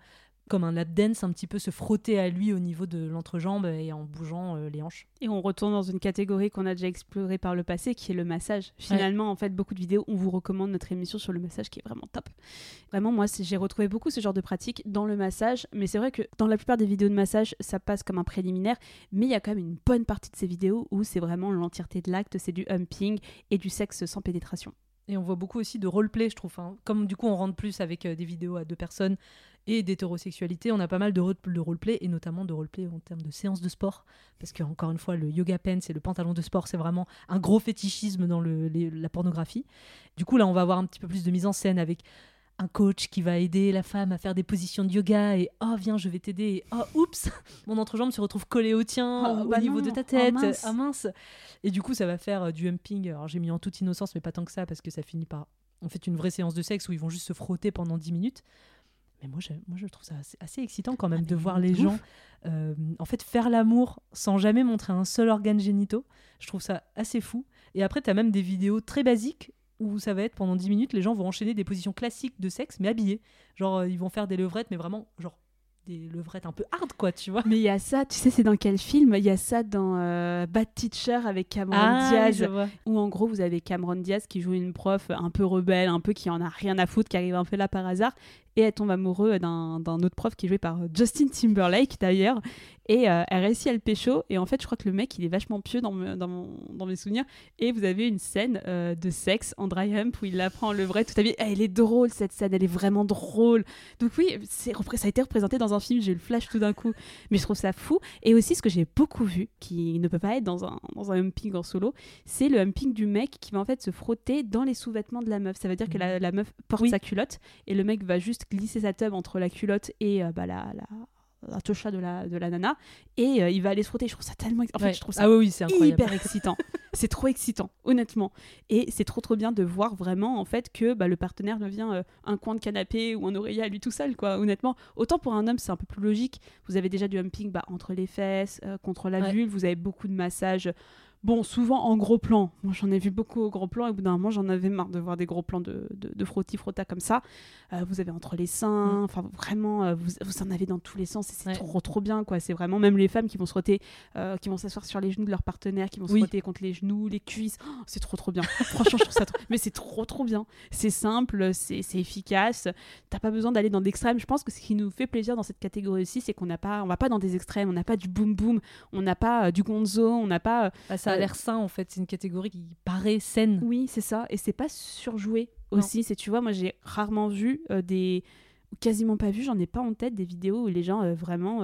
comme un lap dance, un petit peu se frotter à lui au niveau de l'entrejambe et en bougeant les hanches. Et on retourne dans une catégorie qu'on a déjà explorée par le passé, qui est le massage. Finalement, en fait, beaucoup de vidéos, on vous recommande notre émission sur le massage, qui est vraiment top. Vraiment, moi, j'ai retrouvé beaucoup ce genre de pratique dans le massage, mais c'est vrai que dans la plupart des vidéos de massage, ça passe comme un préliminaire, mais il y a quand même une bonne partie de ces vidéos où c'est vraiment l'entièreté de l'acte, c'est du humping et du sexe sans pénétration. Et on voit beaucoup aussi de roleplay, je trouve. Comme du coup, on rentre plus avec des vidéos à 2 personnes et d'hétérosexualité, on a pas mal de roleplay, et notamment de roleplay en termes de séances de sport. Parce qu'encore une fois, le yoga pants et le pantalon de sport, c'est vraiment un gros fétichisme dans la pornographie. Du coup, là, on va avoir un petit peu plus de mise en scène avec un coach qui va aider la femme à faire des positions de yoga et « Oh, viens, je vais t'aider » et « Oh, oups, mon entrejambe se retrouve collée au tien, au niveau de ta tête. Oh, mince. Ah mince !» Et du coup, ça va faire du humping. Alors, j'ai mis en toute innocence, mais pas tant que ça, parce que ça finit par... On fait une vraie séance de sexe où ils vont juste se frotter pendant 10 minutes. Mais moi, je trouve ça assez excitant quand même de voir les gens en fait, faire l'amour sans jamais montrer un seul organe génitaux. Je trouve ça assez fou. Et après, tu as même des vidéos très basiques où ça va être pendant 10 minutes, les gens vont enchaîner des positions classiques de sexe, mais habillés. Genre, ils vont faire des levrettes, mais vraiment, genre, des levrettes un peu hard, quoi, tu vois. Mais il y a ça, tu sais, c'est dans quel film ? Il y a ça dans Bad Teacher avec Cameron Diaz, où en gros, vous avez Cameron Diaz qui joue une prof un peu rebelle, un peu qui en a rien à foutre, qui arrive un peu là par hasard, et elle tombe amoureuse d'un autre prof qui est joué par Justin Timberlake, d'ailleurs, et elle réussit à le pécho, et en fait, je crois que le mec, il est vachement pieux dans mes souvenirs, et vous avez une scène de sexe en dry hump où il la prend en levrette tout habillée. Elle est drôle, cette scène, elle est vraiment drôle. Donc oui, ça a été représenté dans un film, j'ai eu le flash tout d'un coup, mais je trouve ça fou. Et aussi, ce que j'ai beaucoup vu, qui ne peut pas être dans un humping en solo, c'est le humping du mec qui va en fait se frotter dans les sous-vêtements de la meuf. Ça veut dire que la meuf porte sa culotte, et le mec va juste glisser sa teub entre la culotte et la tocha de la nana, et il va aller se frotter. Je trouve ça tellement... En fait, je trouve ça c'est incroyable. Hyper excitant. C'est trop excitant, honnêtement. Et c'est trop bien de voir vraiment, en fait, que le partenaire devient un coin de canapé ou un oreiller à lui tout seul, quoi, honnêtement. Autant pour un homme, c'est un peu plus logique. Vous avez déjà du humping entre les fesses, contre la vulve, vous avez beaucoup de massages. Bon, souvent en gros plan. Moi, j'en ai vu beaucoup au gros plan, et au bout d'un moment, j'en avais marre de voir des gros plans de frotta comme ça. Vous avez entre les seins, enfin vraiment, vous en avez dans tous les sens, et c'est trop bien, quoi. C'est vraiment, même les femmes qui vont se frotter, qui vont s'asseoir sur les genoux de leur partenaire, qui vont se frotter contre les genoux, les cuisses. Oh, c'est trop bien. Franchement, je trouve ça mais c'est trop bien. C'est simple, c'est efficace. T'as pas besoin d'aller dans d'extrêmes. Je pense que ce qui nous fait plaisir dans cette catégorie aussi, c'est on va pas dans des extrêmes. On n'a pas du boom boom, on n'a pas du gonzo, on n'a pas... Ça a l'air sain, en fait. C'est une catégorie qui paraît saine. Oui, c'est ça. Et c'est pas surjoué aussi. C'est, tu vois, moi, j'ai rarement vu quasiment pas vu, j'en ai pas en tête, des vidéos où les gens vraiment...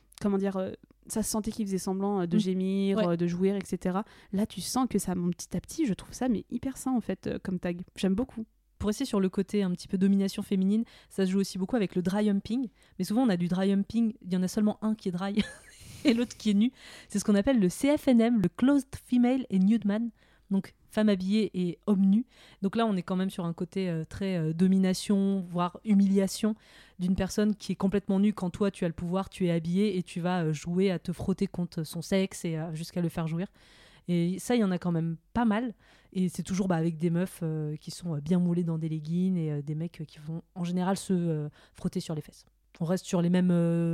ça se sentait qu'ils faisaient semblant de gémir, de jouir, etc. Là, tu sens que ça monte petit à petit. Je trouve ça hyper sain, en fait, comme tag. J'aime beaucoup. Pour rester sur le côté un petit peu domination féminine, ça se joue aussi beaucoup avec le dry humping. Mais souvent, on a du dry humping, il y en a seulement un qui est dry et l'autre qui est nu. C'est ce qu'on appelle le CFNM, le Clothed Female and Nude Man. Donc, femme habillée et homme nu. Donc là, on est quand même sur un côté très domination, voire humiliation d'une personne qui est complètement nue quand toi, tu as le pouvoir, tu es habillée et tu vas jouer à te frotter contre son sexe et jusqu'à le faire jouir. Et ça, il y en a quand même pas mal. Et c'est toujours avec des meufs qui sont bien moulées dans des leggings et des mecs qui vont en général se frotter sur les fesses. On reste sur les mêmes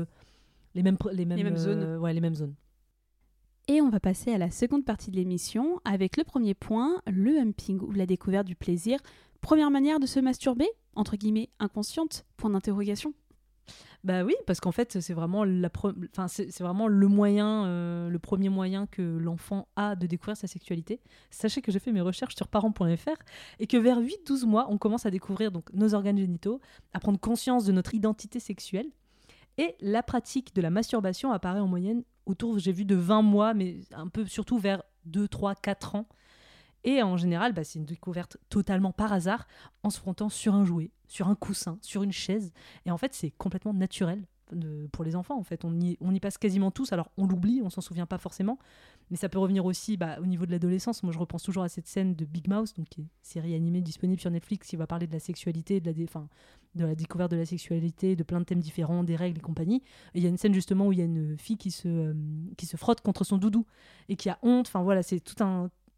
zones. Les mêmes zones. Et on va passer à la seconde partie de l'émission avec le premier point, le humping ou la découverte du plaisir. Première manière de se masturber, entre guillemets inconsciente, point d'interrogation. Bah oui, parce qu'en fait, c'est vraiment, c'est vraiment le moyen, le premier moyen que l'enfant a de découvrir sa sexualité. Sachez que j'ai fait mes recherches sur parents.fr et que vers 8-12 mois, on commence à découvrir donc, nos organes génitaux, à prendre conscience de notre identité sexuelle. Et la pratique de la masturbation apparaît en moyenne autour, j'ai vu, de 20 mois, mais un peu surtout vers 2, 3, 4 ans. Et en général, c'est une découverte totalement par hasard, en se frontant sur un jouet, sur un coussin, sur une chaise. Et en fait, c'est complètement naturel pour les enfants. En fait, on y passe quasiment tous. Alors, on l'oublie, on s'en souvient pas forcément. Mais ça peut revenir aussi au niveau de l'adolescence. Moi, je repense toujours à cette scène de Big Mouth, donc, qui est une série animée disponible sur Netflix, qui va parler de la sexualité, de la découverte de la sexualité, de plein de thèmes différents, des règles et compagnie. Et il y a une scène justement où il y a une fille qui se frotte contre son doudou et qui a honte. Enfin voilà, c'est tout un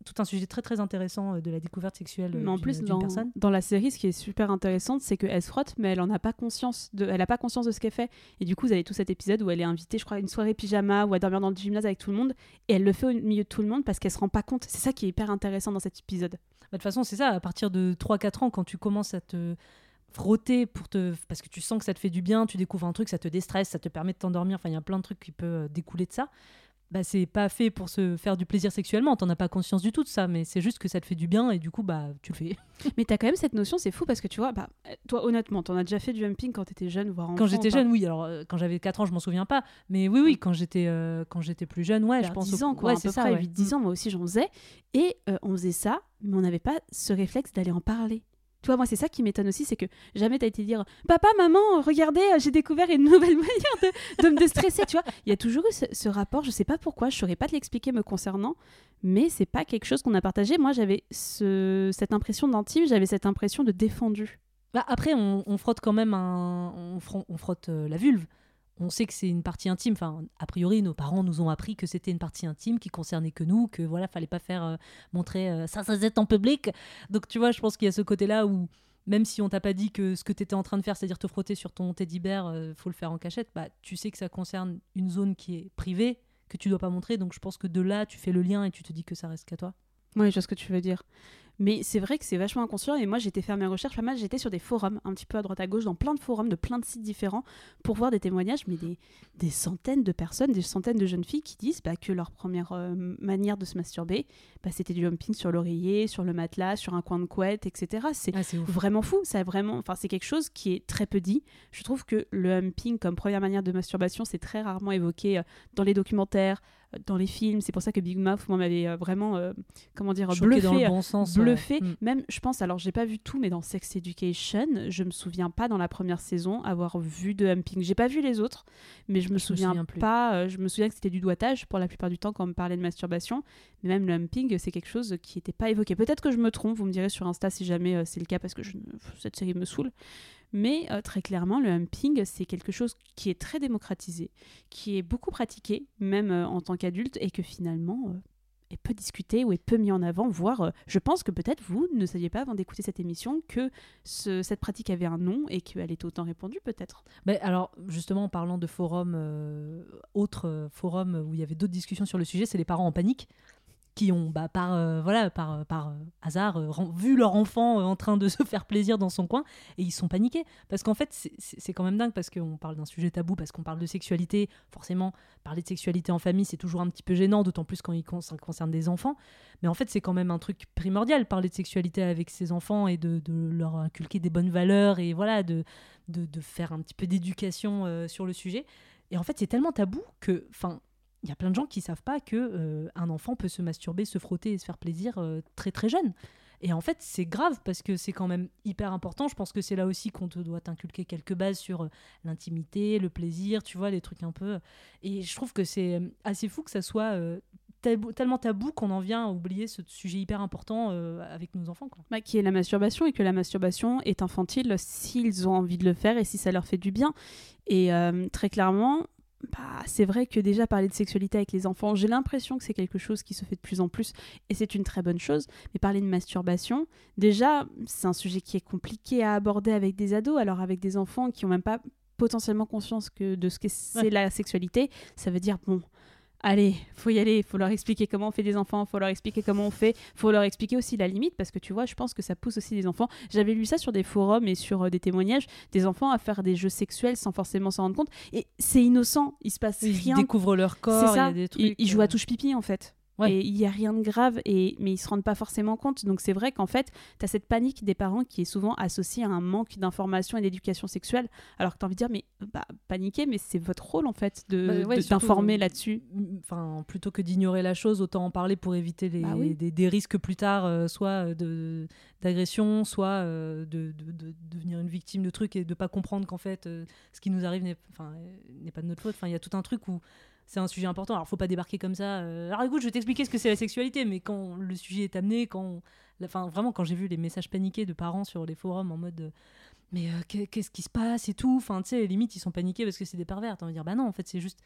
tout un sujet très très intéressant de la découverte sexuelle Mais en plus, d'une personne. dans la série, ce qui est super intéressant, c'est qu'elle se frotte, mais elle n'a pas conscience de ce qu'elle fait. Et du coup, vous avez tout cet épisode où elle est invitée, je crois, à une soirée pyjama ou à dormir dans le gymnase avec tout le monde. Et elle le fait au milieu de tout le monde parce qu'elle se rend pas compte. C'est ça qui est hyper intéressant dans cet épisode. De toute façon, c'est ça, à partir de 3-4 ans, quand tu commences à te frotter parce que tu sens que ça te fait du bien, tu découvres un truc, ça te déstresse, ça te permet de t'endormir, enfin il y a plein de trucs qui peuvent découler de ça. Bah, c'est pas fait pour se faire du plaisir sexuellement, t'en as pas conscience du tout de ça, mais c'est juste que ça te fait du bien et du coup bah tu le fais. Mais t'as quand même cette notion, c'est fou parce que tu vois, toi honnêtement, t'en as déjà fait du humping quand t'étais jeune, voire enfant? Quand j'étais jeune, oui, alors quand j'avais 4 ans, je m'en souviens pas, mais oui, quand j'étais plus jeune, ouais, je pense 10 ans, quoi, ouais, à peu près, 8-10 ans, moi aussi j'en faisais, et on faisait ça, mais on n'avait pas ce réflexe d'aller en parler. Tu vois, moi, c'est ça qui m'étonne aussi, c'est que jamais t'as été dire « Papa, maman, regardez, j'ai découvert une nouvelle manière de me déstresser. » Tu vois, il y a toujours eu ce rapport, je sais pas pourquoi, je saurais pas te l'expliquer me concernant, mais c'est pas quelque chose qu'on a partagé. Moi, j'avais cette impression d'intime, j'avais cette impression de défendu. Bah, après, on frotte quand même on frotte la vulve. On sait que c'est une partie intime. Enfin, a priori, nos parents nous ont appris que c'était une partie intime qui concernait que nous, que voilà, fallait pas faire montrer ça c'est en public. Donc, tu vois, je pense qu'il y a ce côté-là où, même si on t'a pas dit que ce que t'étais en train de faire, c'est-à-dire te frotter sur ton teddy bear, faut le faire en cachette, bah, tu sais que ça concerne une zone qui est privée, que tu dois pas montrer. Donc, je pense que de là, tu fais le lien et tu te dis que ça reste qu'à toi. Oui, je vois ce que tu veux dire. Mais c'est vrai que c'est vachement inconscient et moi j'étais faire mes recherches pas mal, j'étais sur des forums un petit peu à droite à gauche, dans plein de forums de plein de sites différents pour voir des témoignages, mais des centaines de personnes, des centaines de jeunes filles qui disent que leur première manière de se masturber, c'était du humping sur l'oreiller, sur le matelas, sur un coin de couette, etc. C'est vraiment fou, c'est quelque chose qui est très peu dit. Je trouve que le humping comme première manière de masturbation, c'est très rarement évoqué dans les documentaires, dans les films. C'est pour ça que Big Mouth, moi, m'avait vraiment bluffé dans le bon sens, bluffé. Même, je pense, alors j'ai pas vu tout, mais dans Sex Education, je me souviens pas dans la première saison avoir vu de humping. J'ai pas vu les autres, mais je me souviens pas. Je me souviens que c'était du doigtage pour la plupart du temps quand on me parlait de masturbation. Mais même le humping, c'est quelque chose qui était pas évoqué. Peut-être que je me trompe, vous me direz sur Insta si jamais c'est le cas, parce que cette série me saoule. Mais très clairement, le humping, c'est quelque chose qui est très démocratisé, qui est beaucoup pratiqué, même en tant qu'adulte, et que finalement est peu discuté ou est peu mis en avant, voire je pense que peut-être vous ne saviez pas avant d'écouter cette émission que cette pratique avait un nom et qu'elle était autant répandue peut-être. Mais alors justement en parlant de forums, autres forums où il y avait d'autres discussions sur le sujet, c'est les parents en panique qui ont par hasard vu leur enfant en train de se faire plaisir dans son coin et ils sont paniqués parce qu'en fait c'est quand même dingue parce qu'on parle d'un sujet tabou, parce qu'on parle de sexualité, forcément parler de sexualité en famille c'est toujours un petit peu gênant, d'autant plus quand il concerne des enfants, mais en fait c'est quand même un truc primordial, parler de sexualité avec ses enfants et de leur inculquer des bonnes valeurs et voilà de faire un petit peu d'éducation sur le sujet. Et en fait c'est tellement tabou que il y a plein de gens qui savent pas que un enfant peut se masturber, se frotter et se faire plaisir très très jeune. Et en fait, c'est grave parce que c'est quand même hyper important. Je pense que c'est là aussi qu'on te doit t'inculquer quelques bases sur l'intimité, le plaisir, tu vois, les trucs un peu. Et je trouve que c'est assez fou que ça soit tellement tabou qu'on en vient à oublier ce sujet hyper important avec nos enfants, quoi. Qui est la masturbation, et que la masturbation est infantile s'ils ont envie de le faire et si ça leur fait du bien. Et très clairement, c'est vrai que déjà parler de sexualité avec les enfants, j'ai l'impression que c'est quelque chose qui se fait de plus en plus et c'est une très bonne chose, mais parler de masturbation, déjà c'est un sujet qui est compliqué à aborder avec des ados, alors avec des enfants qui n'ont même pas potentiellement conscience de ce que c'est la sexualité, ça veut dire allez, faut y aller, faut leur expliquer comment on fait des enfants, faut leur expliquer comment on fait, faut leur expliquer aussi la limite, parce que tu vois, je pense que ça pousse aussi des enfants. J'avais lu ça sur des forums et sur des témoignages, des enfants à faire des jeux sexuels sans forcément s'en rendre compte, et c'est innocent, il se passe rien. Ils découvrent leur corps, c'est ça. Il y a des trucs. Ils jouent à touche pipi en fait. Ouais. Et il n'y a rien de grave, mais ils ne se rendent pas forcément compte. Donc c'est vrai qu'en fait, tu as cette panique des parents qui est souvent associée à un manque d'information et d'éducation sexuelle, alors que tu as envie de dire, mais paniquer, mais c'est votre rôle en fait d'informer là-dessus. Plutôt que d'ignorer la chose, autant en parler pour éviter des risques plus tard, soit d'agression, soit de devenir une victime de trucs et de ne pas comprendre qu'en fait, ce qui nous arrive n'est pas de notre faute. Il y a tout un truc où c'est un sujet important. Alors, faut pas débarquer comme ça. Alors, écoute, je vais t'expliquer ce que c'est la sexualité, mais quand le sujet est amené, vraiment, quand j'ai vu les messages paniqués de parents sur les forums en mode mais qu'est-ce qui se passe et tout, tu sais, limite, ils sont paniqués parce que c'est des pervers. T'as envie de dire, non, en fait, c'est juste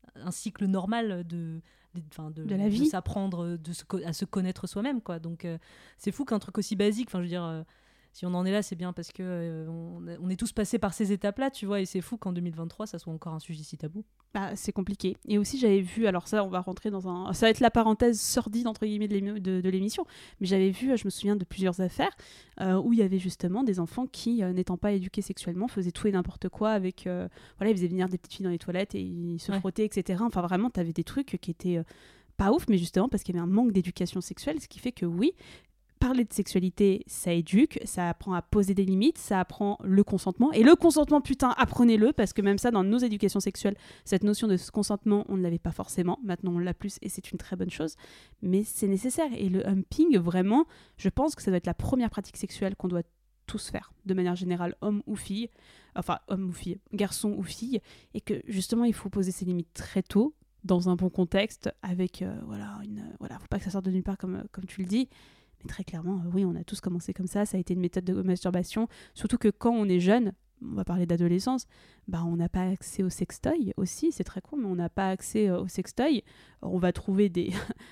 un cycle normal de la vie, de s'apprendre à se connaître soi-même, quoi. Donc c'est fou qu'un truc aussi basique, enfin je veux dire, si on en est là, c'est bien parce que on est tous passés par ces étapes-là, tu vois, et c'est fou qu'en 2023 ça soit encore un sujet si tabou. Bah, c'est compliqué. Et aussi, j'avais vu, alors ça, on va rentrer ça va être la parenthèse sordide, entre guillemets, de l'émission, mais j'avais vu, je me souviens de plusieurs affaires, où il y avait justement des enfants qui, n'étant pas éduqués sexuellement, faisaient tout et n'importe quoi avec... voilà, ils faisaient venir des petites filles dans les toilettes et ils se frottaient, etc. Enfin, vraiment, t'avais des trucs qui étaient pas ouf, mais justement parce qu'il y avait un manque d'éducation sexuelle, ce qui fait que oui, parler de sexualité, ça éduque, ça apprend à poser des limites, ça apprend le consentement. Et le consentement, putain, apprenez-le, parce que même ça, dans nos éducations sexuelles, cette notion de consentement, on ne l'avait pas forcément. Maintenant, on l'a plus et c'est une très bonne chose. Mais c'est nécessaire. Et le humping, vraiment, je pense que ça doit être la première pratique sexuelle qu'on doit tous faire, de manière générale, homme ou fille, enfin, homme ou fille, garçon ou fille, et que justement, il faut poser ses limites très tôt, dans un bon contexte, avec, faut pas que ça sorte de nulle part, comme tu le dis. Mais très clairement, oui, on a tous commencé comme ça a été une méthode de masturbation, surtout que quand on est jeune, on va parler d'adolescence, on n'a pas accès au sextoy aussi, c'est très cool, mais on n'a pas accès au sextoy. On va trouver des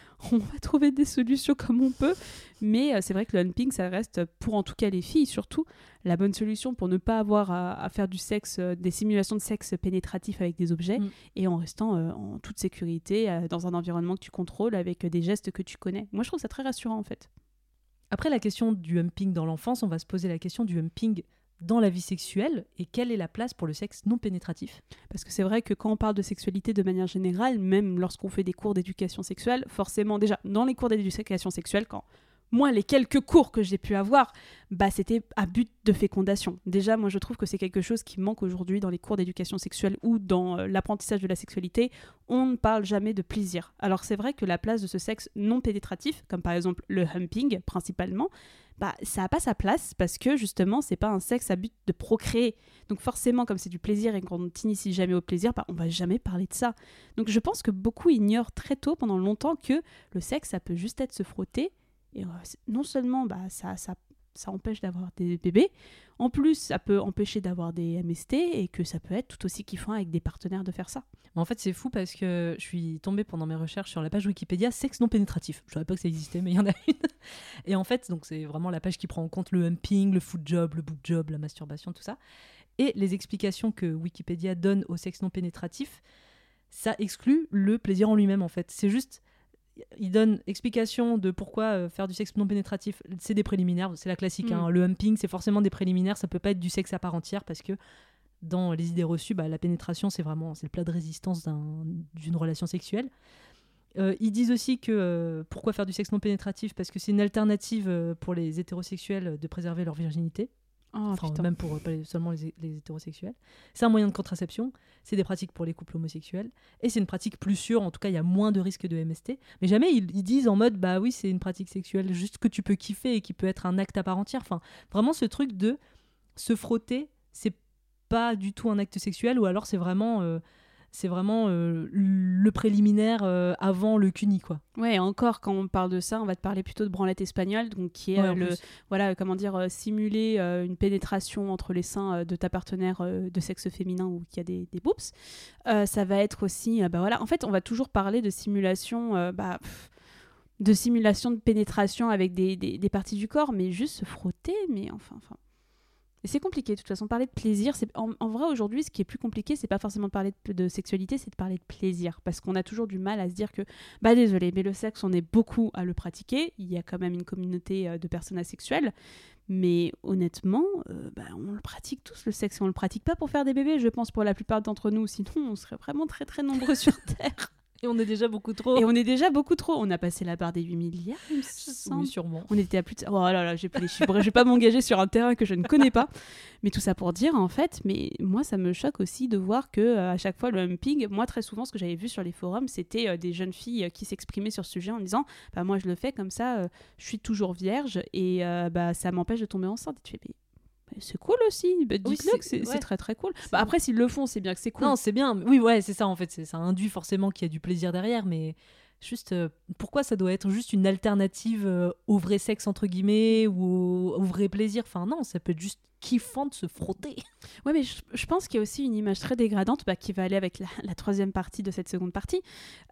solutions comme on peut, mais c'est vrai que le humping, ça reste, pour en tout cas les filles surtout, la bonne solution pour ne pas avoir à faire du sexe, des simulations de sexe pénétratif avec des objets, et en restant en toute sécurité, dans un environnement que tu contrôles, avec des gestes que tu connais. Moi, je trouve ça très rassurant, en fait. Après la question du humping dans l'enfance, on va se poser la question du humping dans la vie sexuelle et quelle est la place pour le sexe non pénétratif ? Parce que c'est vrai que quand on parle de sexualité de manière générale, même lorsqu'on fait des cours d'éducation sexuelle, forcément déjà dans les cours d'éducation sexuelle, moi, les quelques cours que j'ai pu avoir, c'était à but de fécondation. Déjà, moi, je trouve que c'est quelque chose qui manque aujourd'hui dans les cours d'éducation sexuelle ou dans l'apprentissage de la sexualité. On ne parle jamais de plaisir. Alors, c'est vrai que la place de ce sexe non pénétratif, comme par exemple le humping principalement, ça n'a pas sa place parce que justement, c'est pas un sexe à but de procréer. Donc forcément, comme c'est du plaisir et qu'on ne t'initie jamais au plaisir, on va jamais parler de ça. Donc je pense que beaucoup ignorent très tôt, pendant longtemps, que le sexe, ça peut juste être se frotter. Et non seulement ça empêche d'avoir des bébés, en plus ça peut empêcher d'avoir des MST et que ça peut être tout aussi kiffant avec des partenaires de faire ça. Mais en fait c'est fou parce que je suis tombée pendant mes recherches sur la page Wikipédia sexe non pénétratif. Je savais pas que ça existait mais il y en a une. Et en fait donc c'est vraiment la page qui prend en compte le humping, le foot job, le boob job, la masturbation, tout ça. Et les explications que Wikipédia donne au sexe non pénétratif, ça exclut le plaisir en lui-même en fait. C'est juste... Il donne explication de pourquoi faire du sexe non pénétratif, c'est des préliminaires, c'est la classique. Le humping, c'est forcément des préliminaires, ça peut pas être du sexe à part entière parce que dans les idées reçues, la pénétration, c'est le plat de résistance d'une relation sexuelle. Ils disent aussi que pourquoi faire du sexe non pénétratif, parce que c'est une alternative pour les hétérosexuels de préserver leur virginité. Même pour pas seulement les hétérosexuels. C'est un moyen de contraception, c'est des pratiques pour les couples homosexuels, et c'est une pratique plus sûre, en tout cas il y a moins de risques de MST, mais jamais ils disent en mode oui c'est une pratique sexuelle juste que tu peux kiffer et qui peut être un acte à part entière. Vraiment ce truc de se frotter, c'est pas du tout un acte sexuel, ou alors c'est vraiment le préliminaire avant le cuni, quoi. Ouais, encore quand on parle de ça, on va te parler plutôt de branlette espagnole, donc qui est simuler une pénétration entre les seins de ta partenaire de sexe féminin ou qui a des boobs. Ça va être aussi en fait, on va toujours parler de simulation de pénétration avec des parties du corps, mais juste se frotter, mais enfin. Et c'est compliqué, de toute façon, parler de plaisir, en vrai aujourd'hui, ce qui est plus compliqué, c'est pas forcément de parler de sexualité, c'est de parler de plaisir, parce qu'on a toujours du mal à se dire que, désolé, mais le sexe, on est beaucoup à le pratiquer, il y a quand même une communauté de personnes asexuelles, mais honnêtement, on le pratique tous, le sexe, et on le pratique pas pour faire des bébés, je pense, pour la plupart d'entre nous, sinon on serait vraiment très très nombreux sur Terre. Et on est déjà beaucoup trop. On a passé la barre des 8 milliards, il me semble. Oui, sûrement. On était à plus de... Oh là là, j'ai plus les chiffres. Je vais pas m'engager sur un terrain que je ne connais pas. Mais tout ça pour dire, en fait, mais moi, ça me choque aussi de voir que à chaque fois, le humping, moi, très souvent, ce que j'avais vu sur les forums, c'était des jeunes filles qui s'exprimaient sur ce sujet en disant moi, je le fais comme ça, je suis toujours vierge et ça m'empêche de tomber enceinte. Et tu fais, c'est cool aussi, dites-le que c'est très très cool. Après, s'ils le font, c'est bien que c'est cool. Non, c'est bien. Oui, c'est ça en fait. Ça induit forcément qu'il y a du plaisir derrière, mais juste pourquoi ça doit être juste une alternative au vrai sexe entre guillemets ou au vrai plaisir ? Non, ça peut être juste kiffant de se frotter. Ouais, mais je pense qu'il y a aussi une image très dégradante qui va aller avec la troisième partie de cette seconde partie,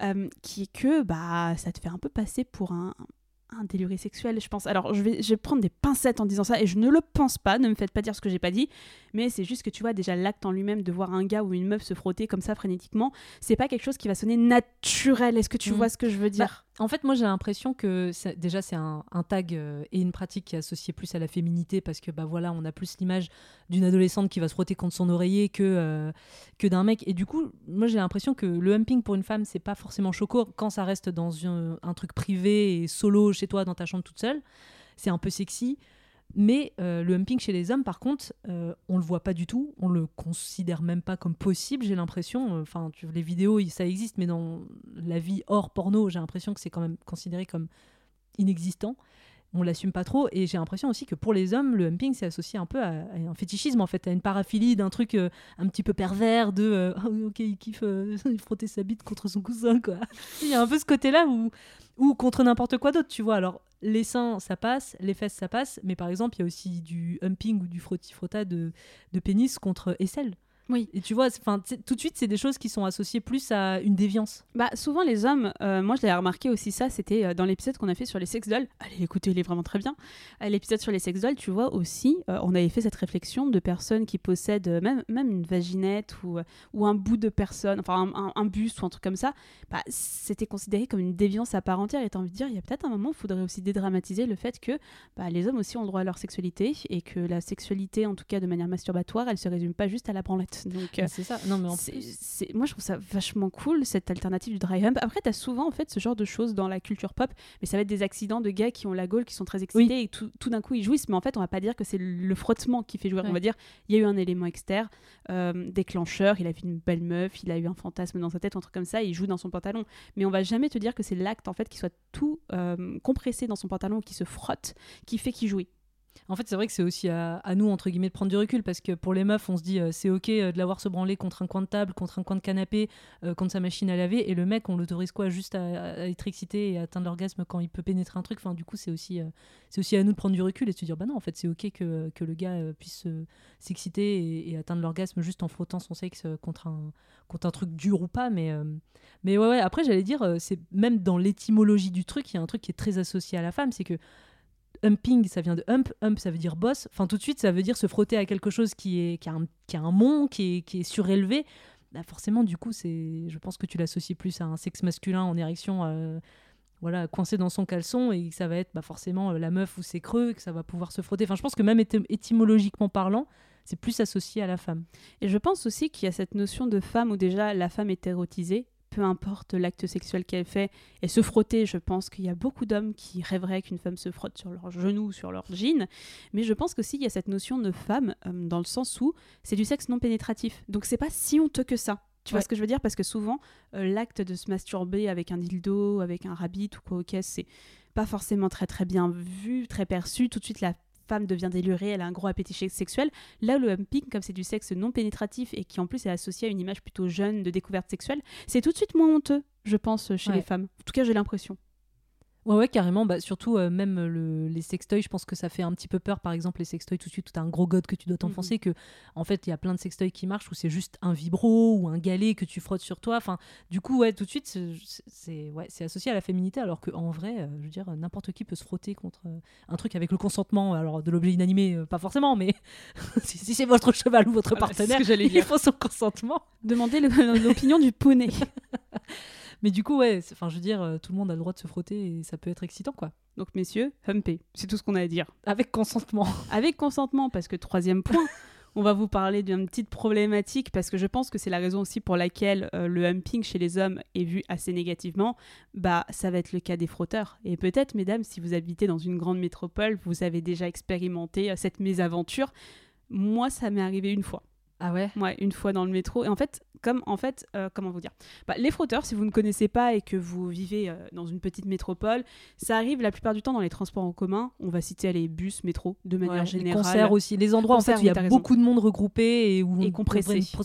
qui est que ça te fait un peu passer pour un déluré sexuel, je pense. Alors, je vais prendre des pincettes en disant ça, et je ne le pense pas, ne me faites pas dire ce que j'ai pas dit, mais c'est juste que tu vois, déjà l'acte en lui-même de voir un gars ou une meuf se frotter comme ça frénétiquement, c'est pas quelque chose qui va sonner naturel. Est-ce que tu vois ce que je veux dire ? En fait, moi, j'ai l'impression que c'est un tag et une pratique qui est associée plus à la féminité, parce que voilà, on a plus l'image d'une adolescente qui va se frotter contre son oreiller que d'un mec. Et du coup, moi, j'ai l'impression que le humping pour une femme, c'est pas forcément choquant quand ça reste dans un truc privé et solo chez toi dans ta chambre toute seule. C'est un peu sexy. Mais le humping chez les hommes, par contre, on le voit pas du tout, on le considère même pas comme possible, j'ai l'impression. Enfin, les vidéos, ça existe, mais dans la vie hors porno, j'ai l'impression que c'est quand même considéré comme inexistant. On l'assume pas trop, et j'ai l'impression aussi que pour les hommes, le humping, c'est associé un peu à un fétichisme, en fait, à une paraphilie d'un truc un petit peu pervers de ok, il kiffe frotter sa bite contre son cousin, quoi. Il y a un peu ce côté-là ou contre n'importe quoi d'autre, tu vois. Alors, les seins, ça passe, les fesses, ça passe, mais par exemple, il y a aussi du humping ou du frotti-frotta de pénis contre aisselle. Oui. Et tu vois, tout de suite, c'est des choses qui sont associées plus à une déviance. Souvent, les hommes, moi je l'ai remarqué aussi, ça, c'était dans l'épisode qu'on a fait sur les sex dolls. Allez l'écouter, il est vraiment très bien. L'épisode sur les sex dolls, tu vois aussi, on avait fait cette réflexion de personnes qui possèdent même une vaginette ou un bout de personne, enfin un buste ou un truc comme ça. C'était considéré comme une déviance à part entière. Et t'as envie de dire, il y a peut-être un moment où il faudrait aussi dédramatiser le fait que les hommes aussi ont le droit à leur sexualité, et que la sexualité, en tout cas de manière masturbatoire, elle se résume pas juste à la branlette. Donc, c'est ça. Non, mais moi je trouve ça vachement cool, cette alternative du dry hump. Après, t'as souvent en fait ce genre de choses dans la culture pop, mais ça va être des accidents de gars qui ont la gaule, qui sont très excités, et tout d'un coup ils jouissent, mais en fait on va pas dire que c'est le frottement qui fait jouir. On va dire il y a eu un élément externe déclencheur, il a vu une belle meuf, il a eu un fantasme dans sa tête, un truc comme ça, et il joue dans son pantalon, mais on va jamais te dire que c'est l'acte en fait qui soit tout compressé dans son pantalon ou qui se frotte qui fait qu'il jouit. En fait, c'est vrai que c'est aussi à nous, entre guillemets, de prendre du recul, parce que pour les meufs, on se dit c'est ok de l'avoir se branler contre un coin de table, contre un coin de canapé, contre sa machine à laver, et le mec, on l'autorise quoi, juste à être excité et à atteindre l'orgasme quand il peut pénétrer un truc. Enfin, du coup, c'est aussi à nous de prendre du recul et de se dire non, en fait, c'est ok que le gars puisse s'exciter et atteindre l'orgasme juste en frottant son sexe contre un truc dur ou pas. Mais ouais, après, j'allais dire, c'est même dans l'étymologie du truc, il y a un truc qui est très associé à la femme, c'est que humping, ça vient de hump ça veut dire boss, enfin tout de suite ça veut dire se frotter à quelque chose qui a un mont, qui est surélevé. Forcément du coup je pense que tu l'associes plus à un sexe masculin en érection, coincé dans son caleçon, et que ça va être forcément la meuf où c'est creux, que ça va pouvoir se frotter. Enfin je pense que même étymologiquement parlant, c'est plus associé à la femme. Et je pense aussi qu'il y a cette notion de femme où déjà la femme est érotisée, peu importe l'acte sexuel qu'elle fait, et se frotter, je pense qu'il y a beaucoup d'hommes qui rêveraient qu'une femme se frotte sur leurs genoux, sur leurs jeans, mais je pense qu'aussi il y a cette notion de femme dans le sens où c'est du sexe non pénétratif, donc c'est pas si honteux que ça. Tu vois ce que je veux dire ? Parce que souvent, l'acte de se masturber avec un dildo, avec un rabbit ou quoi au caisse, c'est pas forcément très très bien vu, très perçu. Tout de suite, la femme devient délurée, elle a un gros appétit sexuel. Là, le humping, comme c'est du sexe non pénétratif et qui en plus est associé à une image plutôt jeune de découverte sexuelle, c'est tout de suite moins honteux, je pense, chez les femmes. En tout cas, j'ai l'impression. Ouais, carrément. Surtout, même les sextoys, je pense que ça fait un petit peu peur. Par exemple, les sextoys, tout de suite, où t'as un gros god que tu dois t'enfoncer, que en fait, il y a plein de sextoys qui marchent où c'est juste un vibro ou un galet que tu frottes sur toi. Enfin, du coup, tout de suite, c'est associé à la féminité, alors qu'en vrai, je veux dire, n'importe qui peut se frotter contre un truc avec le consentement. Alors, de l'objet inanimé, pas forcément, mais si c'est votre cheval ou votre partenaire, il faut son consentement. Demandez l'opinion du poney. Mais du coup, je veux dire, tout le monde a le droit de se frotter et ça peut être excitant, quoi. Donc, messieurs, humpez. C'est tout ce qu'on a à dire. Avec consentement. Avec consentement, parce que troisième point, on va vous parler d'une petite problématique, parce que je pense que c'est la raison aussi pour laquelle le humping chez les hommes est vu assez négativement. Ça va être le cas des frotteurs. Et peut-être, mesdames, si vous habitez dans une grande métropole, vous avez déjà expérimenté cette mésaventure. Moi, ça m'est arrivé une fois. Ah ouais ? Ouais, une fois dans le métro. Et en fait, comment vous dire ? Les frotteurs, si vous ne connaissez pas et que vous vivez dans une petite métropole, ça arrive la plupart du temps dans les transports en commun. On va citer les bus, métro, de manière générale. Les concerts aussi. Les endroits où il y a beaucoup de monde regroupé et où compressé.